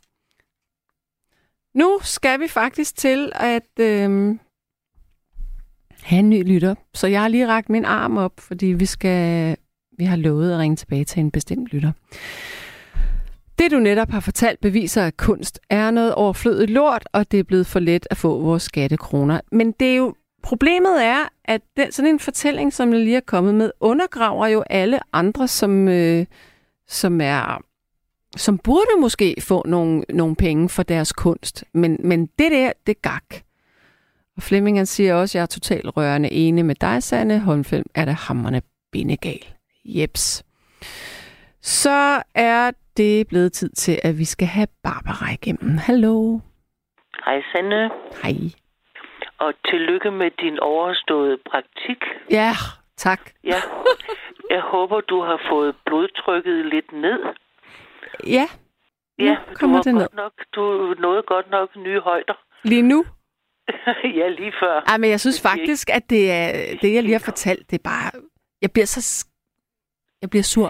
Nu skal vi faktisk til at øh, have en ny lytter. Så jeg har lige rakt min arm op, fordi vi skal... Vi har lovet at ringe tilbage til en bestemt lytter. Det, du netop har fortalt, beviser, at kunst er noget overflødigt lort, og det er blevet for let at få vores skattekroner. Men det er jo, problemet er, at den, sådan en fortælling, som jeg lige er kommet med, undergraver jo alle andre, som, øh, som er... som burde måske få nogle, nogle penge for deres kunst. Men, men det der, det er gak. Og Flemming, han siger også, at jeg er totalt rørende enig med dig, Sanne Holmfeldt, er det hamrende bindegal. Jeps. Så er det blevet tid til, at vi skal have Barbara igennem. Hallo. Hej, Sanne. Hej. Og tillykke med din overståede praktik. Ja, tak. Ja. Jeg håber, du har fået blodtrykket lidt ned. Ja, nu ja, kommer du det ned. Godt nok, du nåede godt nok nye højder. Lige nu? Ja, lige før. Ej, men jeg synes faktisk, at det, er, det jeg lige har fortalt, det er bare... Jeg bliver så... Jeg bliver sur.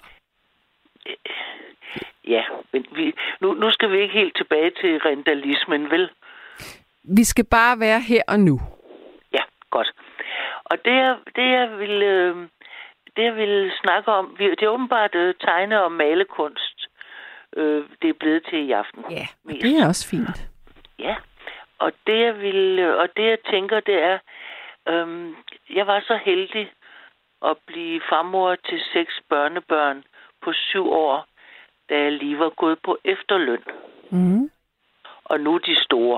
Ja, men vi, nu, nu skal vi ikke helt tilbage til rentalismen, vel? Vi skal bare være her og nu. Ja, godt. Og det, jeg, det, jeg vil, øh, det, jeg vil snakke om, det er åbenbart øh, tegne- og malekunst, øh, det er blevet til i aften. Ja, mest. Det er også fint. Ja, og det, jeg vil, og det, jeg tænker, det er, øh, jeg var så heldig at blive farmor til seks børnebørn på syv år, da jeg lige var gået på efterløn. Mm. Og nu er de store.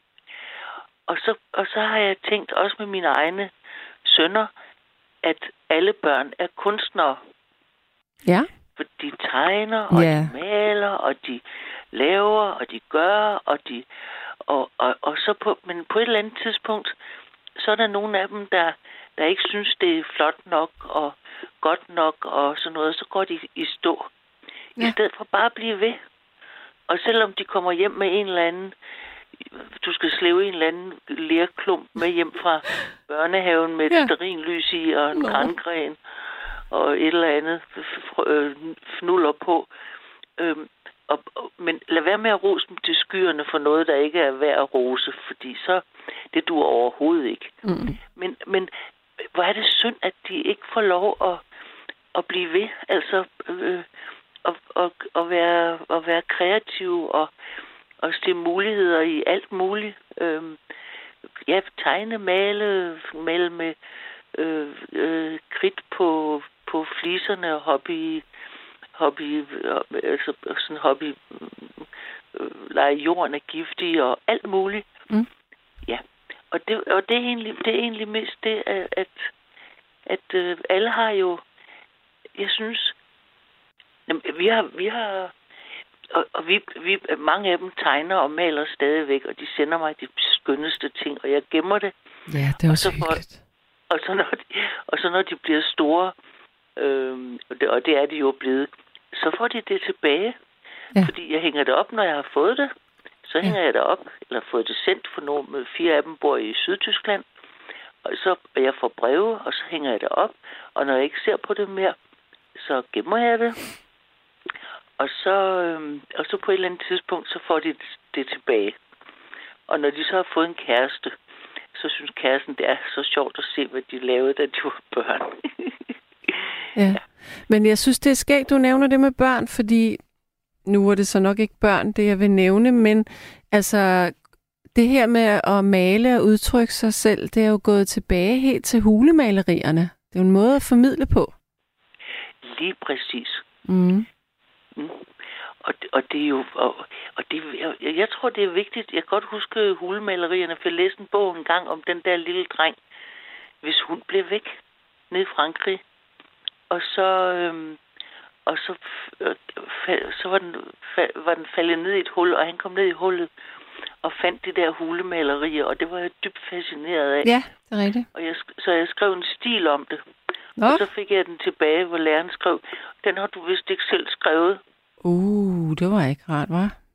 Og så, og så har jeg tænkt også med mine egne sønner, at alle børn er kunstnere. Ja. For de tegner, og yeah. de maler, og de laver, og de gør, og de... Og, og, og så på, men på et eller andet tidspunkt, så er der nogle af dem, der, der ikke synes, det er flot nok og godt nok og sådan noget. Så går de i stå. Ja. I stedet for bare at blive ved. Og selvom de kommer hjem med en eller anden... Du skal slæve en eller anden lerklump med hjem fra børnehaven med et ja. stearinlys i og en grangren og et eller andet fnuller på. Øhm, og, og, men lad være med at rose dem til skyerne for noget, der ikke er værd at rose, fordi så det duer overhovedet ikke. Mm. Men, men hvor er det synd, at de ikke får lov at, at blive ved, altså øh, at, at, at, være, at være kreative og og se muligheder i alt muligt. Øhm, ja, tegne, male, male med øh, øh, kridt på, på fliserne og hobby, hobby, altså sådan hobby, øh, lege jorden er giftig og alt muligt. Mm. Ja, og det, og det er egentlig, det er egentlig mest det, at, at, at øh, alle har jo, jeg synes, jamen, vi har, vi har Og, og vi, vi, mange af dem tegner og maler stadigvæk, og de sender mig de skønneste ting, og jeg gemmer det. Ja, det er også og så, hyggeligt. og, så når de, og så når de bliver store, øh, og, det, og det er de jo blevet, så får de det tilbage. Ja. Fordi jeg hænger det op, når jeg har fået det. Så hænger ja. jeg det op, eller fået det sendt, for nogle, fire af dem bor i Sydtyskland. Og så og jeg får breve, og så hænger jeg det op. Og når jeg ikke ser på det mere, så gemmer jeg det. Og så, øhm, og så på et eller andet tidspunkt, så får de det tilbage. Og når de så har fået en kæreste, så synes kæresten, det er så sjovt at se, hvad de lavede, da de var børn. ja. ja. Men jeg synes, det er skægt, du nævner det med børn, fordi nu er det så nok ikke børn, det jeg vil nævne, men altså det her med at male og udtrykke sig selv, det er jo gået tilbage helt til hulemalerierne. Det er jo en måde at formidle på. Lige præcis. Mm. Mm. Og, og det er jo, og, og det, jeg, jeg tror, det er vigtigt. Jeg kan godt huske hulemalerierne, for jeg læste en bog en gang om den der lille dreng, hvis hun blev væk nede i Frankrig. Og så, øhm, og så, øh, så var, den, var den faldet ned i et hul, og han kom ned i hullet og fandt de der hulemalerier, og det var jeg dybt fascineret af. Ja, det er rigtigt. Og jeg, så jeg skrev en stil om det. Nå. Og så fik jeg den tilbage, hvor læreren skrev, den har du vist ikke selv skrevet. Uh, det var ikke rart, hva'?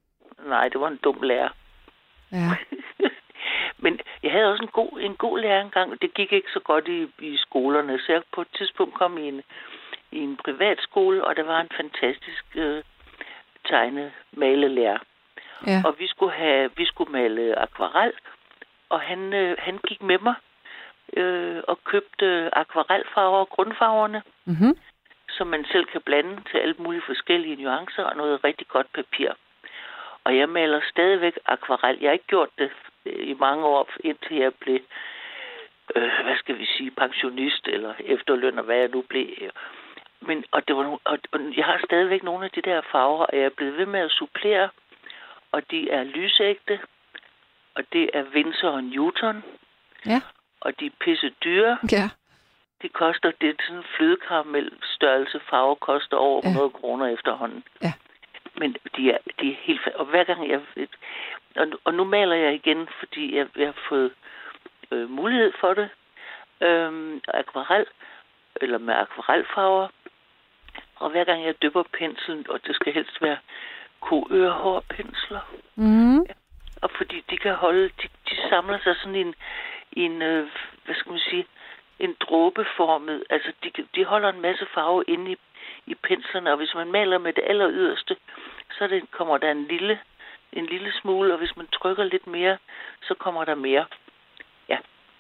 Nej, det var en dum lærer. Ja. Men jeg havde også en god, en god lærer engang, og det gik ikke så godt i, i skolerne. Så jeg på et tidspunkt kom i en, i en privatskole, og der var en fantastisk øh, tegne-malelærer. Ja. Og vi skulle, have, vi skulle male akvarel, og han, øh, han gik med mig øh, og købte akvarelfarver, grundfarverne, Mm-hmm. som man selv kan blande til alle mulige forskellige nuancer, og noget rigtig godt papir. Og jeg maler stadigvæk akvarel. Jeg har ikke gjort det i mange år, indtil jeg blev, øh, hvad skal vi sige, pensionist eller efterlønner, hvad jeg nu blev. Men, og, det var, no- og, og jeg har stadigvæk nogle af de der farver, og jeg er blevet ved med at supplere, og de er lysægte, og det er Winsor og Newton, Ja. og de er pisse dyre. Ja. De koster, det er sådan en flødekaramel størrelse farve, koster over hundrede ja. kroner efterhånden. Ja. Men de er, de er helt... Og hver gang jeg... Og nu, og nu maler jeg igen, fordi jeg, jeg har fået øh, mulighed for det. Øhm, akvarel, eller med akvarelfarver. Og hver gang jeg dypper penslen, og det skal helst være koørehårpensler. Mm. Ja. Og fordi de kan holde... De, de samler sig sådan i en... I en øh, hvad skal man sige... En dråbeformet. Altså, de, de holder en masse farve inde i, i penslerne, og hvis man maler med det aller yderste, så det, kommer der en lille, en lille smule, og hvis man trykker lidt mere, så kommer der mere. Ja.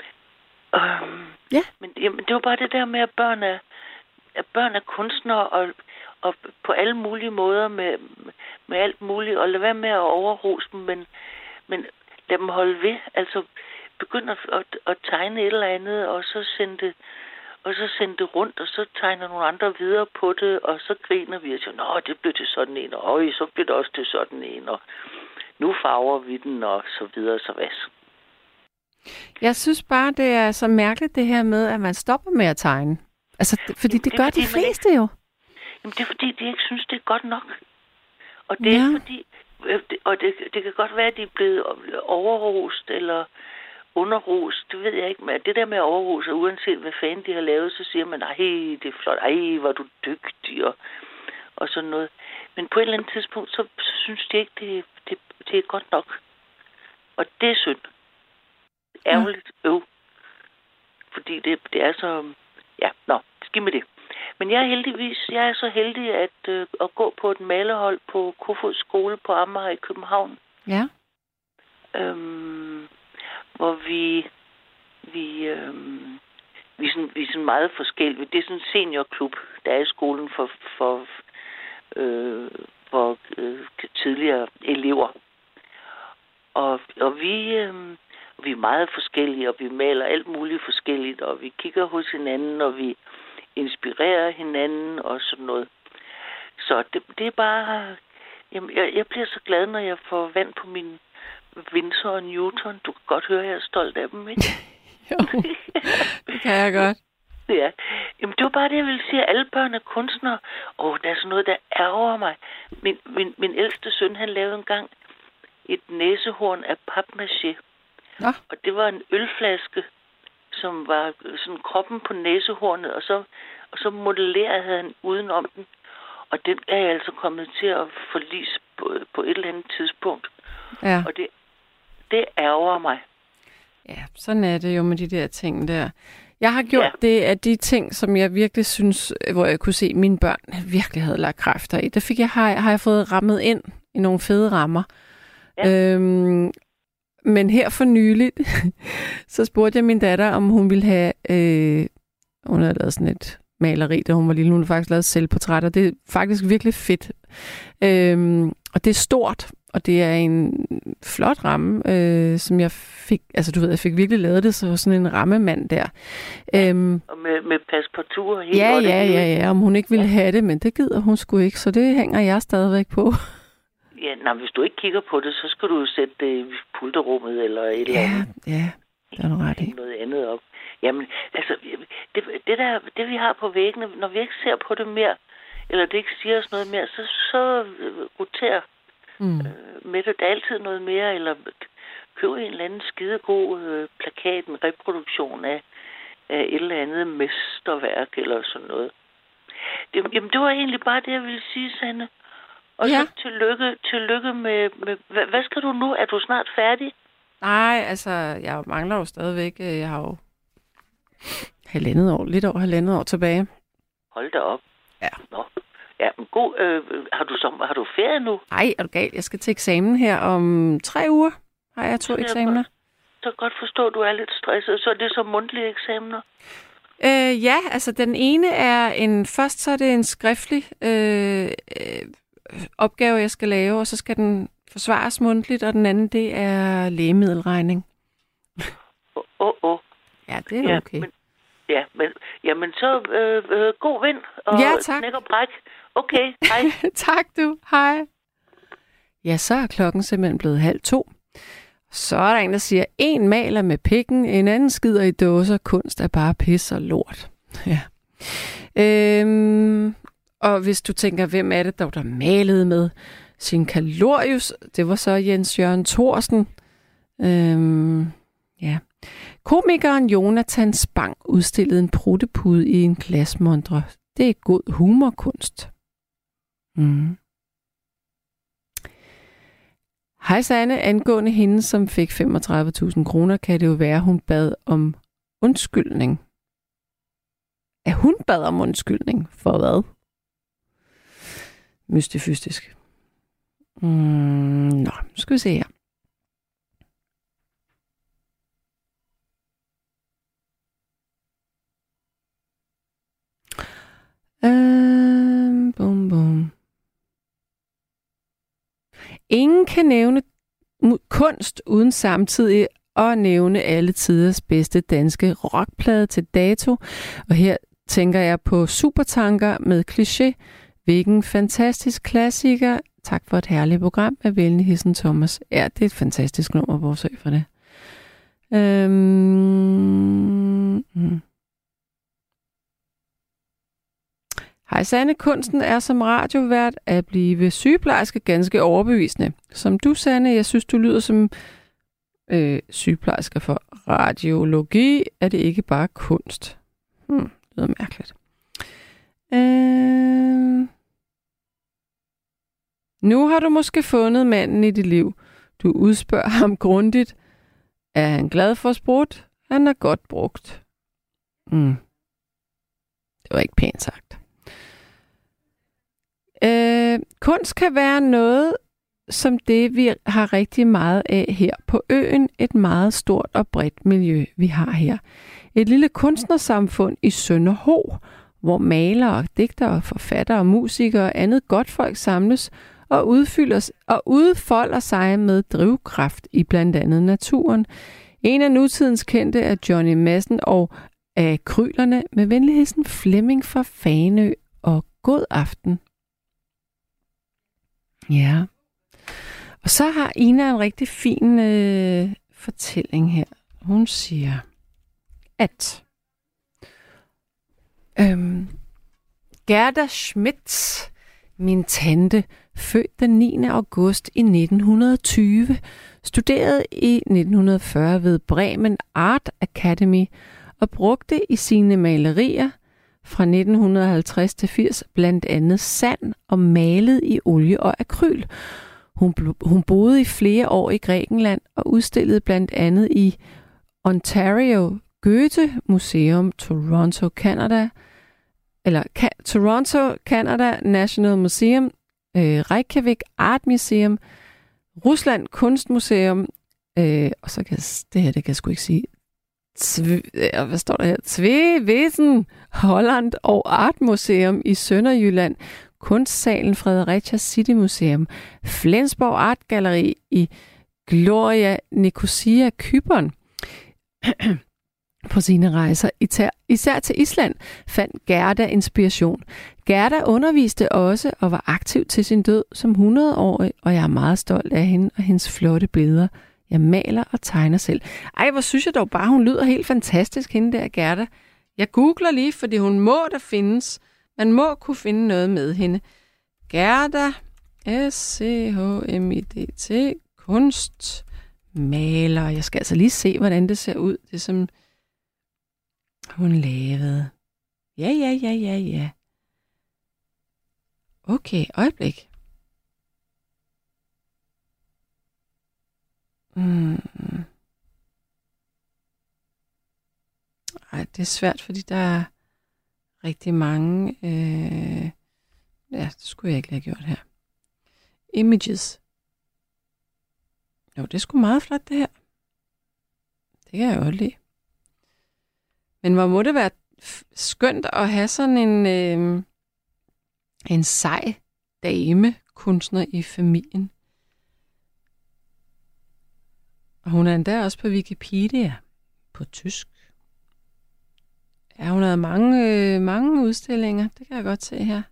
Um, Ja. Men jamen, det var bare det der med, at børn er, at børn er kunstnere, og, og på alle mulige måder med, med alt muligt, og lad være med at overrose dem, men, men lad dem holde ved. Altså, begynd at, at, at tegne et eller andet, og så sende det, og så sende det rundt, og så tegner nogle andre videre på det, og så griner vi og siger, nå, det blev til sådan en, og øj, så blev det også til sådan en, og nu farver vi den, og så videre, så hvad. Jeg synes bare, det er så mærkeligt det her med, at man stopper med at tegne. Altså, det, fordi Jamen, det det er gør fordi, de man fleste jo. Jamen, det er fordi, de ikke synes, det er godt nok. Og det er Ja. ikke fordi, og det, det kan godt være, at de er blevet overrost, eller underrost, det ved jeg ikke, men det der med at overrose, uanset hvad fanden de har lavet, så siger man, ej, det er flot, ej, hvor er du dygtig, og, og sådan noget. Men på et eller andet tidspunkt, så, så synes de ikke, det, det, det er godt nok. Og det er synd. Ærgerligt, øv. Fordi det, det er så, ja, nå, skidt med det. Men jeg er heldigvis, jeg er så heldig at, øh, at gå på et malehold på Kofoeds skole på Amager i København. Ja. Øhm, hvor vi vi, øhm, vi, er sådan, vi er sådan meget forskellige. Det er sådan en seniorklub, der er i skolen for, for, øh, for øh, tidligere elever. Og, og vi, øh, vi er meget forskellige, og vi maler alt muligt forskelligt, og vi kigger hos hinanden, og vi inspirerer hinanden og sådan noget. Så det, det er bare... Jamen, jeg, jeg bliver så glad, når jeg får vand på min Winsor og Newton. Du kan godt høre, at jeg er stolt af dem, ikke? Jo, det kan jeg godt. Ja. Jamen, det var bare det, jeg ville sige. Alle børn er kunstnere. Åh, der er sådan noget, der ærger mig. Min, min, min ældste søn, han lavede engang et næsehorn af papmaché. Nå. Og det var en ølflaske, som var sådan kroppen på næsehornet, og så, og så modellerede han udenom den. Og den er jeg altså kommet til at forlise på, på et eller andet tidspunkt. Ja. Og det, det ærger mig. Ja, sådan er det jo med de der ting der. Jeg har gjort Ja. det af de ting, som jeg virkelig synes, hvor jeg kunne se, at mine børn virkelig havde lagt kræfter i. Der fik jeg, har, har jeg fået rammet ind i nogle fede rammer. Ja. Øhm, men her for nyligt, så spurgte jeg min datter, om hun ville have... Øh, hun havde lavet sådan et maleri, da hun var lille. Hun har faktisk lavet selvportrætter. Det er faktisk virkelig fedt. Øhm, og det er stort, og det er en flot ramme, øh, som jeg fik... Altså, du ved, jeg fik virkelig lavet det så sådan en rammemand der. Øhm, Og med, med passepartout og helt ja, godt, ja, ikke? ja, ja. Om hun ikke ville have det, men det gider hun sgu ikke, så det hænger jeg stadigvæk på. Ja, nej, hvis du ikke kigger på det, så skal du jo sætte det i pulterummet eller et eller Ja, andet. ja, det er du ret i. Noget andet op. Jamen, altså, det, det, der, det vi har på væggene, når vi ikke ser på det mere, eller det ikke siger os noget mere, så, så øh, roterer Mm. øh, med det. Der er altid noget mere, eller køb en eller anden skidegod øh, plakat, en reproduktion af, af et eller andet mesterværk, eller sådan noget. Det, jamen, det var egentlig bare det, jeg ville sige, Sanne. Og Ja. så tillykke, tillykke med... med hvad, hvad skal du nu? Er du snart færdig? Nej, altså, jeg mangler jo stadigvæk. øh, Jeg har jo halvandet år, lidt over halvandet år tilbage. Hold da op. Ja. Nå. Ja, men god. Øh, har, du så, har du ferie nu? Nej, er du galt? Jeg skal til eksamen her om tre uger. Har jeg to Så jeg eksamener. Så kan jeg godt forstå, at du er lidt stresset. Så er det så mundtlige eksamener? Øh, ja, altså den ene er en... Først så er det en skriftlig øh, øh, opgave, jeg skal lave, og så skal den forsvares mundtligt, og den anden, det er lægemiddelregning. Åh, åh, åh. Ja, det er Ja, okay. men, ja, men, jamen så øh, øh, god vind og Ja, tak. knæk og bræk. Okay, hej. Tak du. Hej. Ja, så er klokken simpelthen blevet halv to. Så er der en, der siger, en maler med pikken, en anden skider i dåser, kunst er bare pis og lort. Ja. Øhm, og hvis du tænker, hvem er det, der der malede med sin Kalorius, det var så Jens Jørgen Thorsen. Øhm, ja. Komikeren Jonathan Spang udstillede en pruttepude i en glasmontre. Det er god humorkunst. Mm. Hej Sanne, angående hende, som fik femogtredive tusind kroner, kan det jo være, hun bad om undskyldning. At hun bad om undskyldning? For hvad? Mystifystisk. Mm, nå, nu skal vi se her. Øh, bum, bum. Ingen kan nævne kunst uden samtidig at nævne alle tiders bedste danske rockplade til dato. Og her tænker jeg på Supertanker med Kliché. Hvilken fantastisk klassiker. Tak for et herligt program med venligheden Thomas. Ja, det er et fantastisk nummer, bortset fra det. Øhm... Mm. Hej Sanne, kunsten er som radiovært at blive sygeplejerske ganske overbevisende. Som du, Sanne, jeg synes, du lyder som øh, sygeplejerske for radiologi. Er det ikke bare kunst? Hmm, det lyder mærkeligt. Øh... Nu har du måske fundet manden i dit liv. Du udspørger ham grundigt. Er han glad for sprut? Han er godt brugt. Mm. Det var ikke pænt sagt. Øh, kunst kan være noget som det, vi har rigtig meget af her på øen. Et meget stort og bredt miljø, vi har her. Et lille kunstnersamfund i Sønderho, hvor malere, digtere, forfattere og musikere og andet godtfolk samles og, udfylder, og udfolder sig med drivkraft i blandt andet naturen. En af nutidens kendte er Johnny Madsen og af Krylerne med venligheden Flemming fra Fanø og god aften. Ja. Og så har Ina en rigtig fin øh, fortælling her. Hun siger, at øhm, Gerda Schmitz, min tante, født den niende august i nitten tyve, studerede i nitten fyrre ved Bremen Art Academy og brugte i sine malerier fra nitten halvtreds til firs blandt andet sand og malet i olie og akryl. Hun, hun boede i flere år i Grækenland og udstillede blandt andet i Ontario Goethe Museum, Toronto, Canada, eller Ka- Toronto, Canada National Museum, øh, Reykjavik Art Museum, Rusland Kunstmuseum, øh, og så kan det her, det kan jeg sgu ikke sige, Tve, hvad står der her? Tvevesen, Holland og Art Museum i Sønderjylland, Kunstsalen Fredericia City Museum, Flensborg Art Galleri i Gloria Nicosia, Cypern. På sine rejser, især til Island, fandt Gerda inspiration. Gerda underviste også og var aktiv til sin død som hundrede-årig, og jeg er meget stolt af hende og hendes flotte billeder. Jeg maler og tegner selv. Ej, hvor synes jeg dog bare, hun lyder helt fantastisk, hende der Gerda. Jeg googler lige, fordi hun må der findes. Man må kunne finde noget med hende. Gerda, S C H M I D T, kunstmaler. Jeg skal altså lige se, hvordan det ser ud. Det som hun lavede. Ja, ja, ja, ja, ja. Okay, øjeblik. Mm. Ej, det er svært, fordi der er rigtig mange... Øh... Ja, det skulle jeg ikke have gjort her. Images. Jo, det er sgu meget flot, det her. Det kan jeg godt lide. Men hvor må det være skønt at have sådan en, øh, en sej dame-kunstner i familien. Og hun er endda også på Wikipedia på tysk. Ja, hun har mange, øh, mange udstillinger. Det kan jeg godt se her.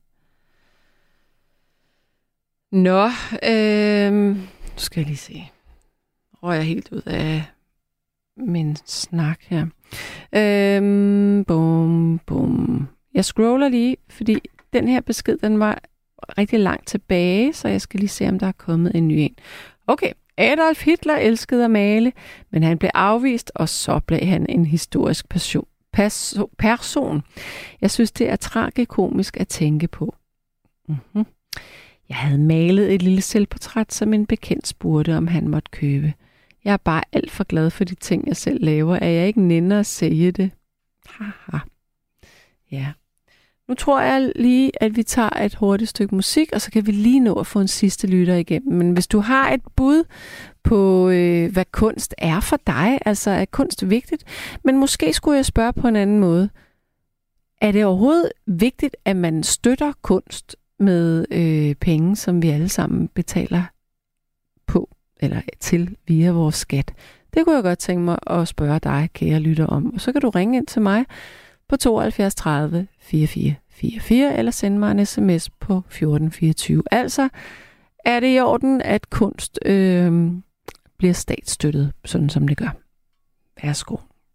Nå, øh, nu skal jeg lige se. Røg jeg helt ud af min snak her. Øh, bum, bum. Jeg scroller lige, fordi den her besked, den var rigtig langt tilbage, så jeg skal lige se, om der er kommet en ny en. Okay. Adolf Hitler elskede at male, men han blev afvist, og så blev han en historisk person. person. Jeg synes, det er tragikomisk at tænke på. Mm-hmm. Jeg havde malet et lille selvportræt, som en bekendt spurgte, om han måtte købe. Jeg er bare alt for glad for de ting, jeg selv laver, at jeg ikke nænder at sælge det. Haha. Ja. Nu tror jeg lige, at vi tager et hurtigt stykke musik, og så kan vi lige nå at få en sidste lytter igennem. Men hvis du har et bud på, øh, hvad kunst er for dig, altså er kunst vigtigt, men måske skulle jeg spørge på en anden måde. Er det overhovedet vigtigt, at man støtter kunst med øh, penge, som vi alle sammen betaler på eller til via vores skat? Det kunne jeg godt tænke mig at spørge dig, kære lytter, om. Og så kan du ringe ind til mig på tooghalvfjerds tredive fireogfyrre fireogfyrre eller sende mig en sms på fjorten fireogtyve. Altså, er det i orden, at kunst øh, bliver statsstøttet, sådan som det gør? Værsgo.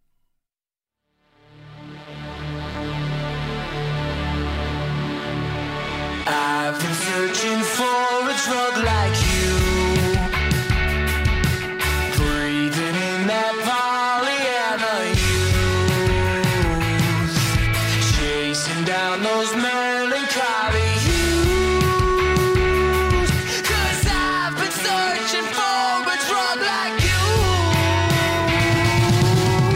I've been searching for a drug like you, breathing in that Pollyanna youth, chasing down those melancholy hues, 'cause I've been searching for a drug like you.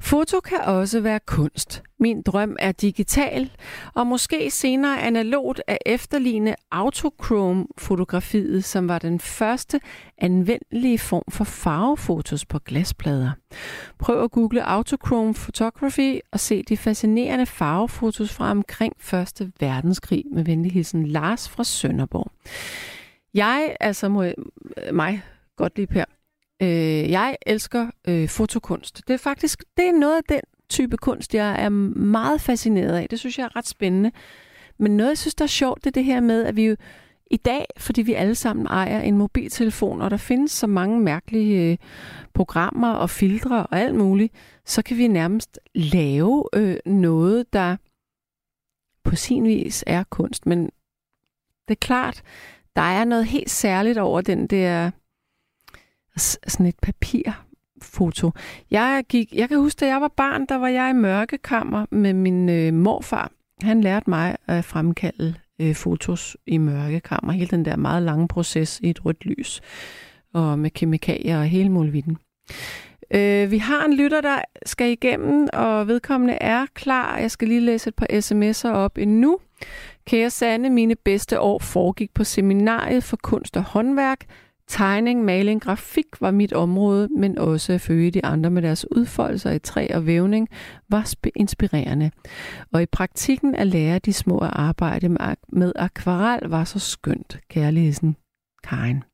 Foto kan også være kunst. Min drøm er digital, og måske senere analogt at efterligne autochrome-fotografiet, som var den første anvendelige form for farvefotos på glasplader. Prøv at google autochrome photography og se de fascinerende farvefotos fra omkring første verdenskrig. Med venlig hilsen Lars fra Sønderborg. Jeg, altså må, mig, godt lige Per, øh, jeg elsker øh, fotokunst. Det er faktisk det er noget af den type kunst, jeg er meget fascineret af. Det synes jeg er ret spændende. Men noget, jeg synes, der er sjovt, det er det her med, at vi jo i dag, fordi vi alle sammen ejer en mobiltelefon, og der findes så mange mærkelige øh, programmer og filtre og alt muligt, så kan vi nærmest lave øh, noget, der på sin vis er kunst. Men det er klart, der er noget helt særligt over den der sådan et papirfoto. Jeg gik, jeg kan huske, da jeg var barn, der var jeg i mørkekammer med min øh, morfar. Han lærte mig at fremkalde øh, fotos i mørkekammer. Hele den der meget lange proces i et rødt lys og med kemikalier og hele muligheden. Øh, vi har en lytter, der skal igennem, og vedkommende er klar. Jeg skal lige læse et par sms'er op endnu. Kære Sanne, mine bedste år foregik på seminariet for kunst og håndværk. Tegning, maling, grafik var mit område, men også at følge de andre med deres udfoldelser i træ og vævning var inspirerende. Og i praktikken at lære de små at arbejde med akvarel var så skønt. Kærligheden, Karin.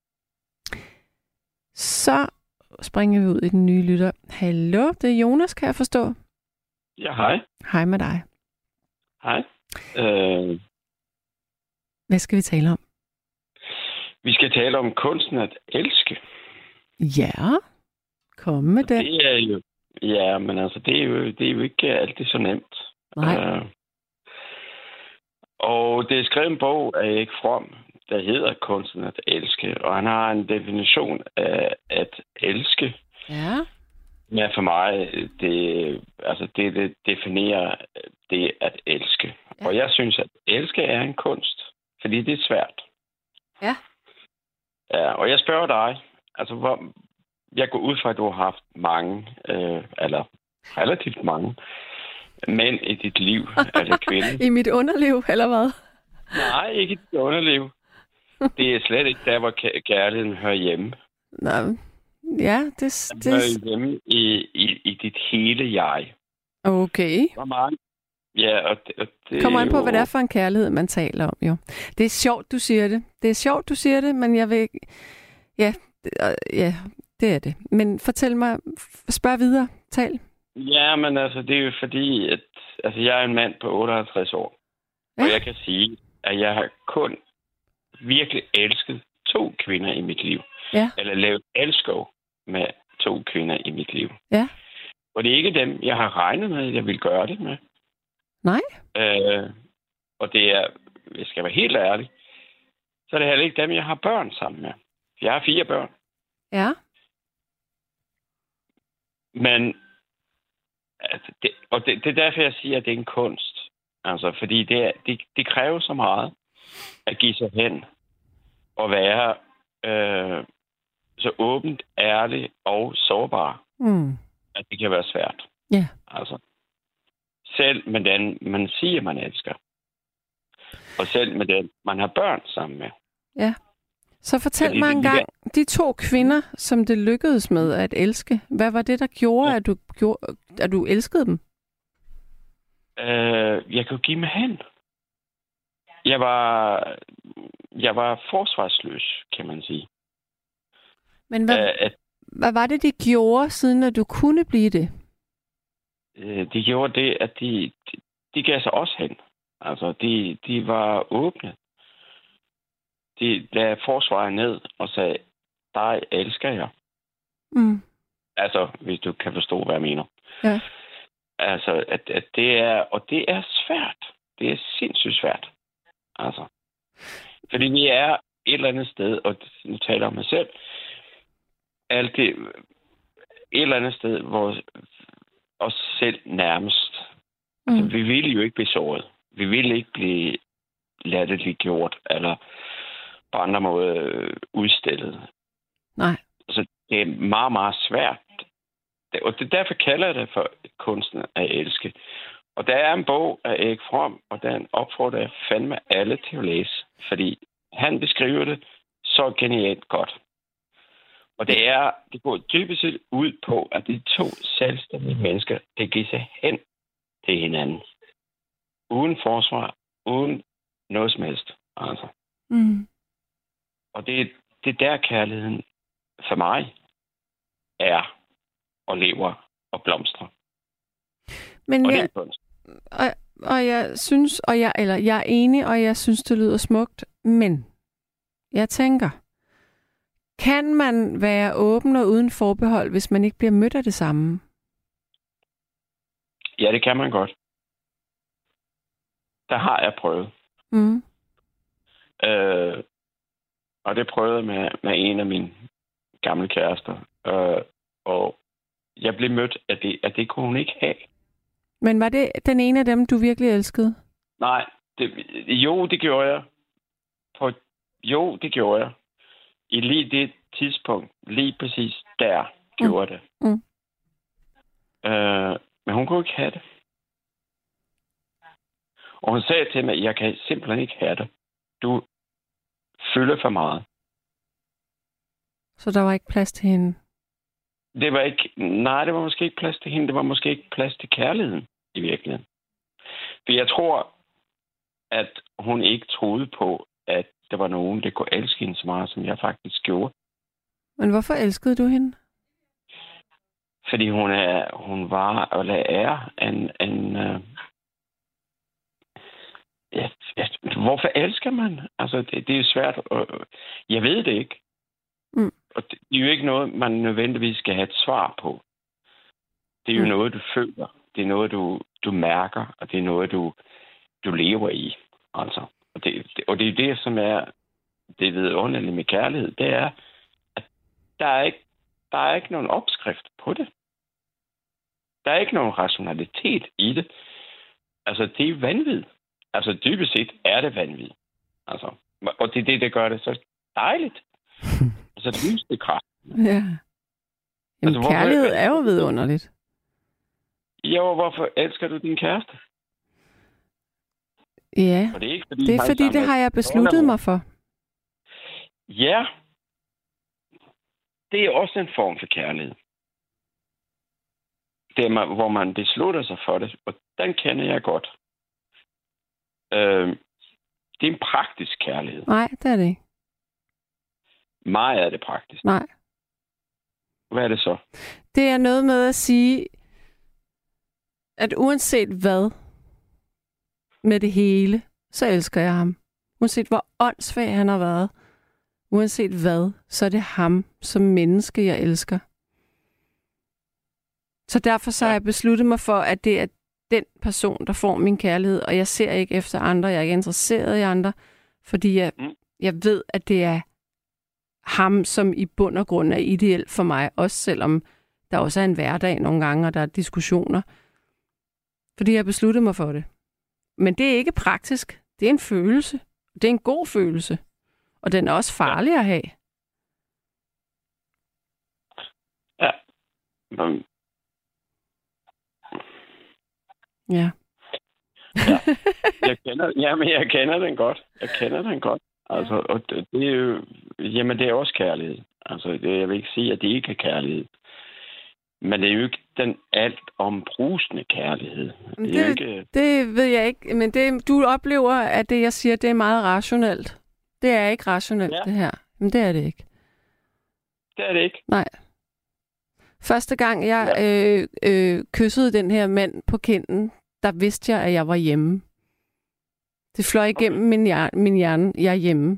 Så springer vi ud i den nye lytter. Hallo, det er Jonas, kan jeg forstå? Ja, hej. Hej med dig. Hej. Øh... Hvad skal vi tale om? Vi skal tale om kunsten at elske. Ja, kom med det. Det er jo, ja, men altså, det er jo, det er jo ikke altid så nemt. Nej. Uh, og det er skrevet en bog af Erik Fromm, der hedder Kunsten at elske. Og han har en definition af at elske. Ja. Men for mig, det, altså det, det definerer det at elske. Ja. Og jeg synes, at elske er en kunst, fordi det er svært. Ja. Ja, og jeg spørger dig, altså hvor, jeg går ud fra, at du har haft mange, øh, eller relativt mange, mænd i dit liv, eller kvinder. I mit underliv, eller hvad? Nej, ikke i dit underliv. Det er slet ikke der, hvor kærligheden hører hjemme. Nej, ja, det... Den det... hører hjemme i, i, i dit hele jeg. Okay. Hvor meget? Ja, og det, og det kommer an på, jo... hvad det er for en kærlighed, man taler om, jo. Det er sjovt, du siger det. Det er sjovt, du siger det, men jeg vil ikke... Ja, ja, det er det. Men fortæl mig, spørg videre, tal. Ja, men altså, det er jo fordi, at altså, jeg er en mand på otteoghalvtreds år. Ja. Og jeg kan sige, at jeg har kun virkelig elsket to kvinder i mit liv. Ja. Eller lavet elskov med to kvinder i mit liv. Ja. Og det er ikke dem, jeg har regnet med, at jeg vil gøre det med. Nej. Øh, og det er, jeg skal være helt ærlig, så er det heller ikke dem, jeg har børn sammen med. Jeg har fire børn. Ja. Men, altså, det, og det, det er derfor, jeg siger, at det er en kunst. Altså, fordi det, det, det kræver så meget at give sig hen og være øh, så åbent, ærlig og sårbar, mm. at det kan være svært. Ja. Yeah. Altså, selv med den, man siger, man elsker. Og selv med den, man har børn sammen med. Ja. Så fortæl Fordi mig det, engang, de to kvinder, som det lykkedes med at elske, hvad var det, der gjorde, ja. at, du gjorde at du elskede dem? Øh, jeg kunne give mig hen. Jeg var, jeg var forsvarsløs, kan man sige. Men hvad, Æh, at, hvad var det, de gjorde, siden at du kunne blive det? Øh, de gjorde det, at de, de, de gav sig også hen. Altså, de, de var åbne. De lagde forsvaret ned og sagde, dig elsker jeg. Mm. Altså, hvis du kan forstå, hvad jeg mener. Ja. Altså, at, at det er, og det er svært. Det er sindssygt svært. Altså. Fordi vi er et eller andet sted, og nu taler jeg om mig selv, alt det, et eller andet sted, hvor os selv nærmest. Mm. Altså, vi ville jo ikke blive såret. Vi ville ikke blive latterliggjort, eller på andre måder udstillet. Nej. Så det er meget, meget svært og det derfor kalder jeg det for kunsten at elske. Og der er en bog af Erik Fromm, og den opfordrer jeg fandme alle til at læse, fordi han beskriver det så genialt godt. Og det er, det går dybest set ud på, at de to selvstændige mennesker, det giver sig hen til hinanden. Uden forsvar, uden noget som helst. Altså. Mm. Og det, det er der kærligheden for mig er og lever og blomstrer. Men og jeg, det er kunst. og, og jeg synes, og jeg, eller jeg er enig, og jeg synes, det lyder smukt, men jeg tænker, kan man være åben og uden forbehold, hvis man ikke bliver mødt af det samme? Ja, det kan man godt. Der har jeg prøvet. Mm. Øh, og det prøvede jeg med, med en af mine gamle kærester. Øh, og jeg blev mødt af det, at det kunne hun ikke have. Men var det den ene af dem, du virkelig elskede? Nej, det, jo, det gjorde jeg. På, jo, det gjorde jeg. I lige det tidspunkt, lige præcis der, mm. gjorde det. Mm. Øh, men hun kunne ikke have det. Og hun sagde til mig, jeg kan simpelthen ikke have det. Du fylder for meget. Så der var ikke plads til hende? Det var ikke, nej, det var måske ikke plads til hende. Det var måske ikke plads til kærligheden i virkeligheden. For jeg tror, at hun ikke troede på, at der var nogen, der kunne elske hende så meget, som jeg faktisk gjorde. Men hvorfor elskede du hende? Fordi hun er, hun var eller er en, en uh... ja, ja, hvorfor elsker man? Altså, det, det er jo svært. At... Jeg ved det ikke. Mm. Og det er jo ikke noget, man nødvendigvis skal have et svar på. Det er jo mm. noget, du føler. Det er noget, du, du mærker, og det er noget, du, du lever i. Altså. Og, det, det, og det er det, som er det vidunderlige med kærlighed. Det er, at der er ikke, der er ikke nogen opskrift på det. Der er ikke nogen rationalitet i det. Altså, det er vanvid. Altså, dybest set er det vanvid. Altså, og det er det, der gør det så dejligt. Altså, det lyste kraft. Ja. Jamen, altså, kærlighed hvorfor... er jo vidunderligt. Jo, hvorfor elsker du din kæreste? Ja, og det er, ikke, fordi, det, er fordi det har jeg besluttet mig for. Ja, det er også en form for kærlighed. Det er, hvor man beslutter sig for det, og den kender jeg godt. Øh, det er en praktisk kærlighed. Nej, det er det ikke. Meget er det praktisk. Nej. Hvad er det så? Det er noget med at sige, at uanset hvad med det hele, så elsker jeg ham. Uanset hvor åndssvag han har været, uanset hvad, så er det ham som menneske, jeg elsker. Så derfor så har jeg besluttet mig for, at det er den person, der får min kærlighed, og jeg ser ikke efter andre, jeg er ikke interesseret i andre, fordi jeg, mm. jeg ved, at det er ham, som i bund og grund er ideel for mig, også selvom der også er en hverdag nogle gange, og der er diskussioner. Fordi jeg har besluttet mig for det. Men det er ikke praktisk. Det er en følelse. Det er en god følelse. Og den er også farlig ja. at have. Ja. Um. Ja. ja. Jeg kender, jamen, jeg kender den godt. Jeg kender den godt. Altså, og det, det er jo, jamen, det er også kærlighed. Altså, det, jeg vil ikke sige, at det ikke er kærlighed. Men det er jo ikke den alt ombrusende kærlighed. Det, det, ikke... det ved jeg ikke. Men det, du oplever, at det, jeg siger, det er meget rationelt. Det er ikke rationelt, ja. Det her. Men det er det ikke. Det er det ikke. Nej. Første gang, jeg ja. øh, øh, kyssede den her mand på kinden, der vidste jeg, at jeg var hjemme. Det fløj igennem okay. min, hjerne, min hjerne. Jeg er hjemme.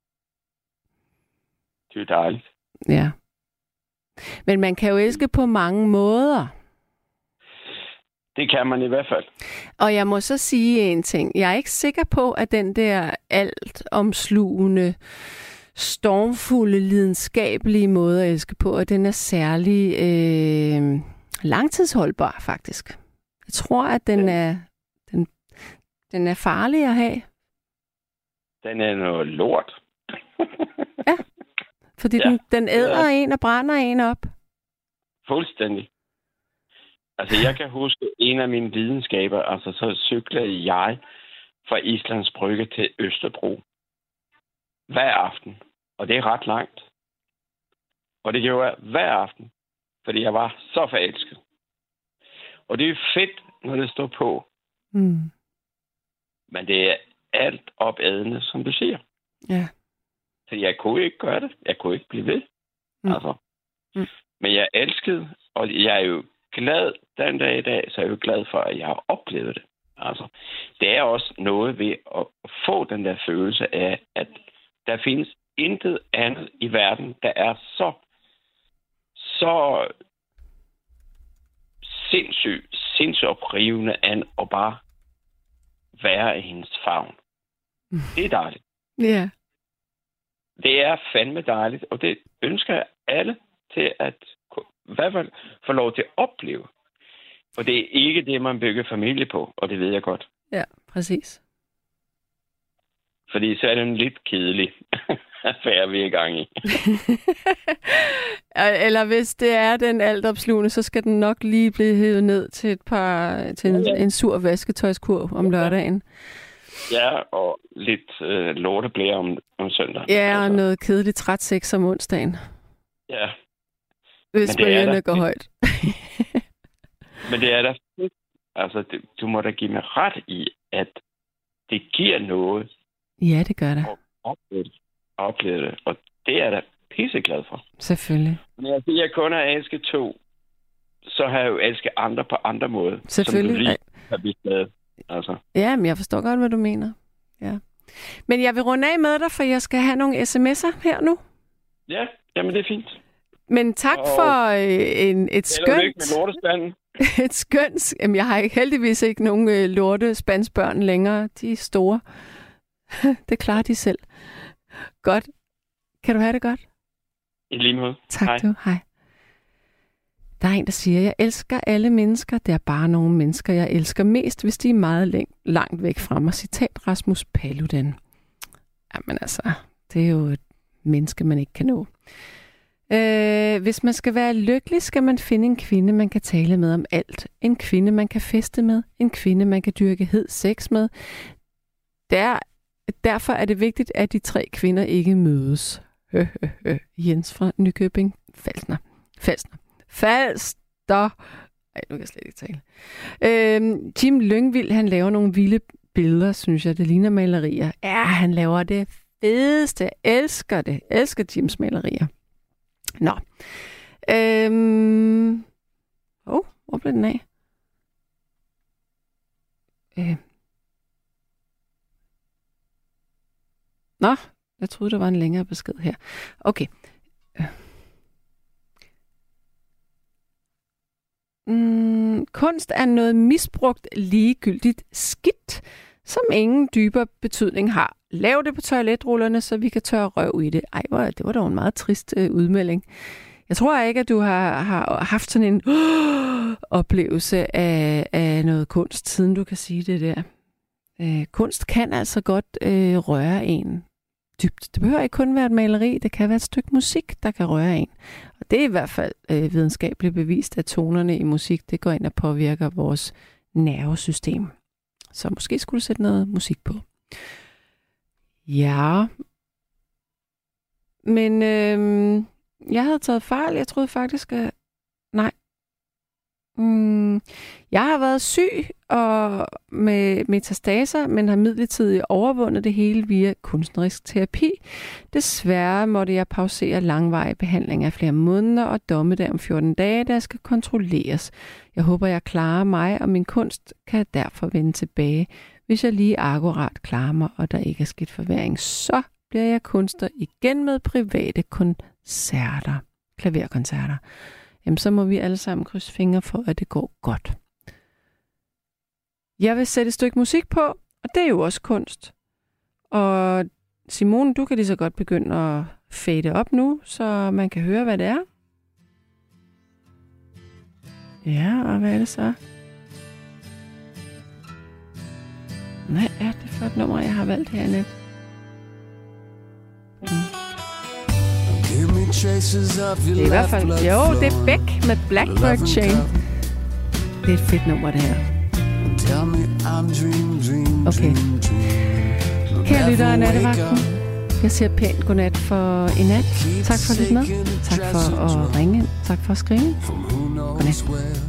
Det er dejligt. Ja. Men man kan jo elske på mange måder. Det kan man i hvert fald. Og jeg må så sige en ting. Jeg er ikke sikker på, at den der alt omslugende, stormfulde, lidenskabelige måde at elske på, at den er særlig øh, langtidsholdbar, faktisk. Jeg tror, at den er, den, den er farlig at have. Den er noget lort. Ja, fordi ja. den, den æder ja. en og brænder en op. Fuldstændig. Altså, jeg kan huske en af mine videnskaber, altså så cyklede jeg fra Islands Brygge til Østerbro hver aften. Og det er ret langt. Og det gjorde jeg hver aften, fordi jeg var så forelsket. Og det er fedt, når det står på. Mm. Men det er alt opadende, som du siger. Ja. Så jeg kunne ikke gøre det. Jeg kunne ikke blive ved. Mm. Altså. Mm. Men jeg elskede, og jeg er jo glad den dag i dag, så er jeg jo glad for, at jeg har oplevet det. Altså, det er også noget ved at få den der følelse af, at der findes intet andet i verden, der er så, så sindssygt, sindssygt oprivende an at bare være i hendes favn. Mm. Det er dejligt. Ja. Yeah. Det er fandme dejligt, og det ønsker jeg alle til at i hvert fald få lov til at opleve. For det er ikke det, man bygger familie på, og det ved jeg godt. Ja, præcis. Fordi så er det en lidt kedelig affære, vi er i gang i. Eller hvis det er den altopslugende, så skal den nok lige blive hævet ned til et par til en, en sur vasketøjskurv om lørdagen. Ja, og lidt øh, lorteblære om, om søndag. Ja, og altså. noget kedeligt træt sex om onsdagen. Ja. Hvis bølgerne går højt. Men det er da fedt. Altså, det, du må da give mig ret i, at det giver noget. Ja, det gør det. At opleve det. Opleve det. Og det er jeg da pisseglad for. Selvfølgelig. Men jeg, jeg kun har elsket to, så har jeg jo elsket andre på andre måder. Selvfølgelig. Som du lige har vist med. Altså. Ja, men jeg forstår godt, hvad du mener. Ja. Men jeg vil runde af med dig, for jeg skal have nogle sms'er her nu. Ja, jamen det er fint. Men tak og for øh, en, et skønt... med lortespanden. et skønt... Jamen, jeg har ikke, heldigvis ikke nogen øh, lortespandsbørn længere. De er store. Det klarer de selv. Godt. Kan du have det godt? I lige måde. Tak Hej. du. Hej. Der er en, der siger, jeg elsker alle mennesker. Det er bare nogle mennesker, jeg elsker mest, hvis de er meget læng- langt væk fra mig. Citat Rasmus Paludan. Jamen altså, det er jo et menneske, man ikke kan nå. Øh, hvis man skal være lykkelig, skal man finde en kvinde, man kan tale med om alt. En kvinde, man kan feste med. En kvinde, man kan dyrke hed sex med. Der, derfor er det vigtigt, at de tre kvinder ikke mødes. Hø, hø, hø. Jens fra Nykøbing Falsner. Falsner. Falster. Ej, nu kan jeg slet ikke tale. Øhm, Jim Lyngvild, han laver nogle vilde billeder, synes jeg. Det ligner malerier. Ja, han laver det fedeste. Jeg elsker det. Jeg elsker Jims malerier. Nå. Øhm. Åh, oh, hvor blev den af? Øh. Nå, jeg troede, der var en længere besked her. Okay. Øh. Mm, kunst er noget misbrugt, ligegyldigt skidt, som ingen dybere betydning har. Lav det på toiletrullerne, så vi kan tørre røv i det. Ej, det var dog en meget trist øh, udmelding. Jeg tror ikke, at du har, har haft sådan en øh, oplevelse af, af noget kunst, siden du kan sige det der. Øh, kunst kan altså godt øh, røre en dybt. Det behøver ikke kun være et maleri, det kan være et stykke musik, der kan røre en. Og det er i hvert fald øh, videnskabeligt bevist, at tonerne i musik, det går ind og påvirker vores nervesystem. Så måske skulle du sætte noget musik på. Ja. Men øh, jeg havde taget fejl. Jeg troede faktisk, at... Nej. Mm, jeg har været syg og med metastaser, men har midlertidigt overvundet det hele via kunstnerisk terapi. Desværre måtte jeg pausere langvarig behandling af flere måneder og dommedag om fjorten dage, der skal kontrolleres. Jeg håber, jeg klarer mig, og min kunst kan derfor vende tilbage. Hvis jeg lige akkurat klarer mig, og der ikke er skidt forværing, så bliver jeg kunstner igen med private koncerter, klaverkoncerter. Jamen, så må vi alle sammen krydse fingre for, at det går godt. Jeg vil sætte et stykke musik på, og det er jo også kunst. Og Simone, du kan lige så godt begynde at fade op nu, så man kan høre, hvad det er. Ja, og hvad er det så? Hvad er det for et nummer, jeg har valgt her, Annette? Mm. Det er i hvert fald... Jo, det er Beck med Blackbird Chain. Det er et fedt nummer, det her. Okay. Her lytter af Nattevagten. Jeg siger pænt godnat for i nat. Tak for at lytte med. Tak for at ringe ind. Tak for at skrive. Godnat.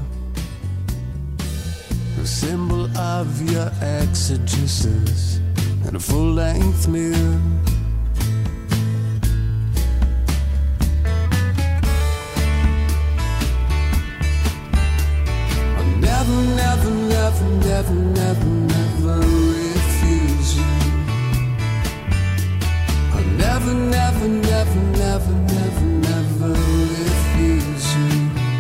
A symbol of your exegesis and a full-length mirror. I'll never, never, never, never, never, never refuse you. I'll never, never, never, never, never, never refuse you.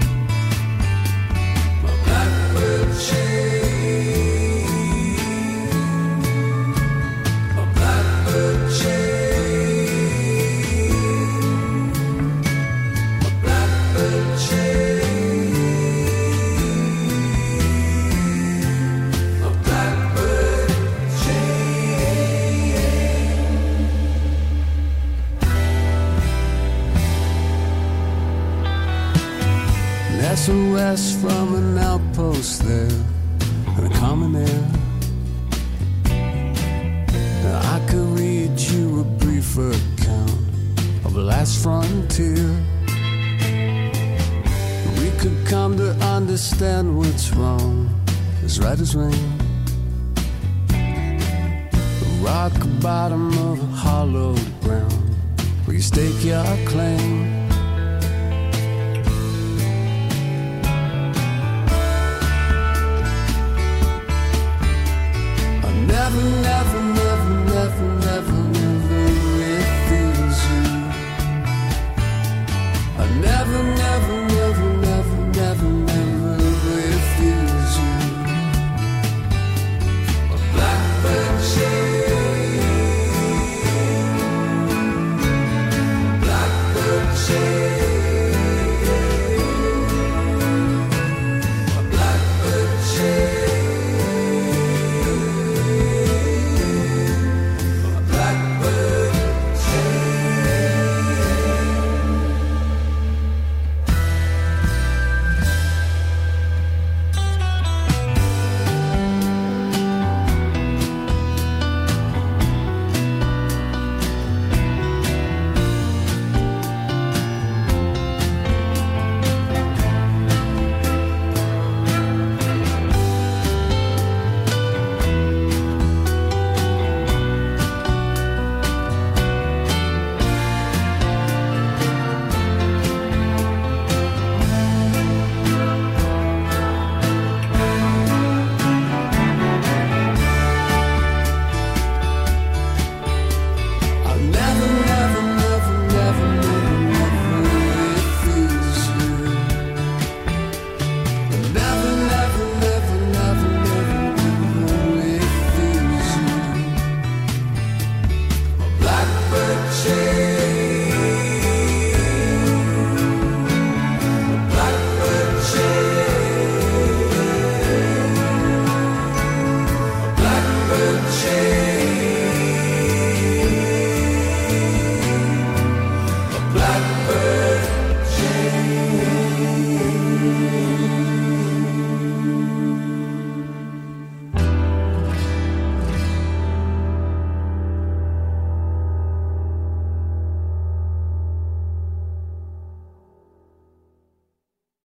My blackbird chain, my blackbird chain, my blackbird chain, my blackbird chain. S O S from an outpost there, and a common air. I could read you a brief account of the last frontier. We could come to understand what's wrong, as right as rain. The rock bottom of a hollowed ground, where you stake your claim.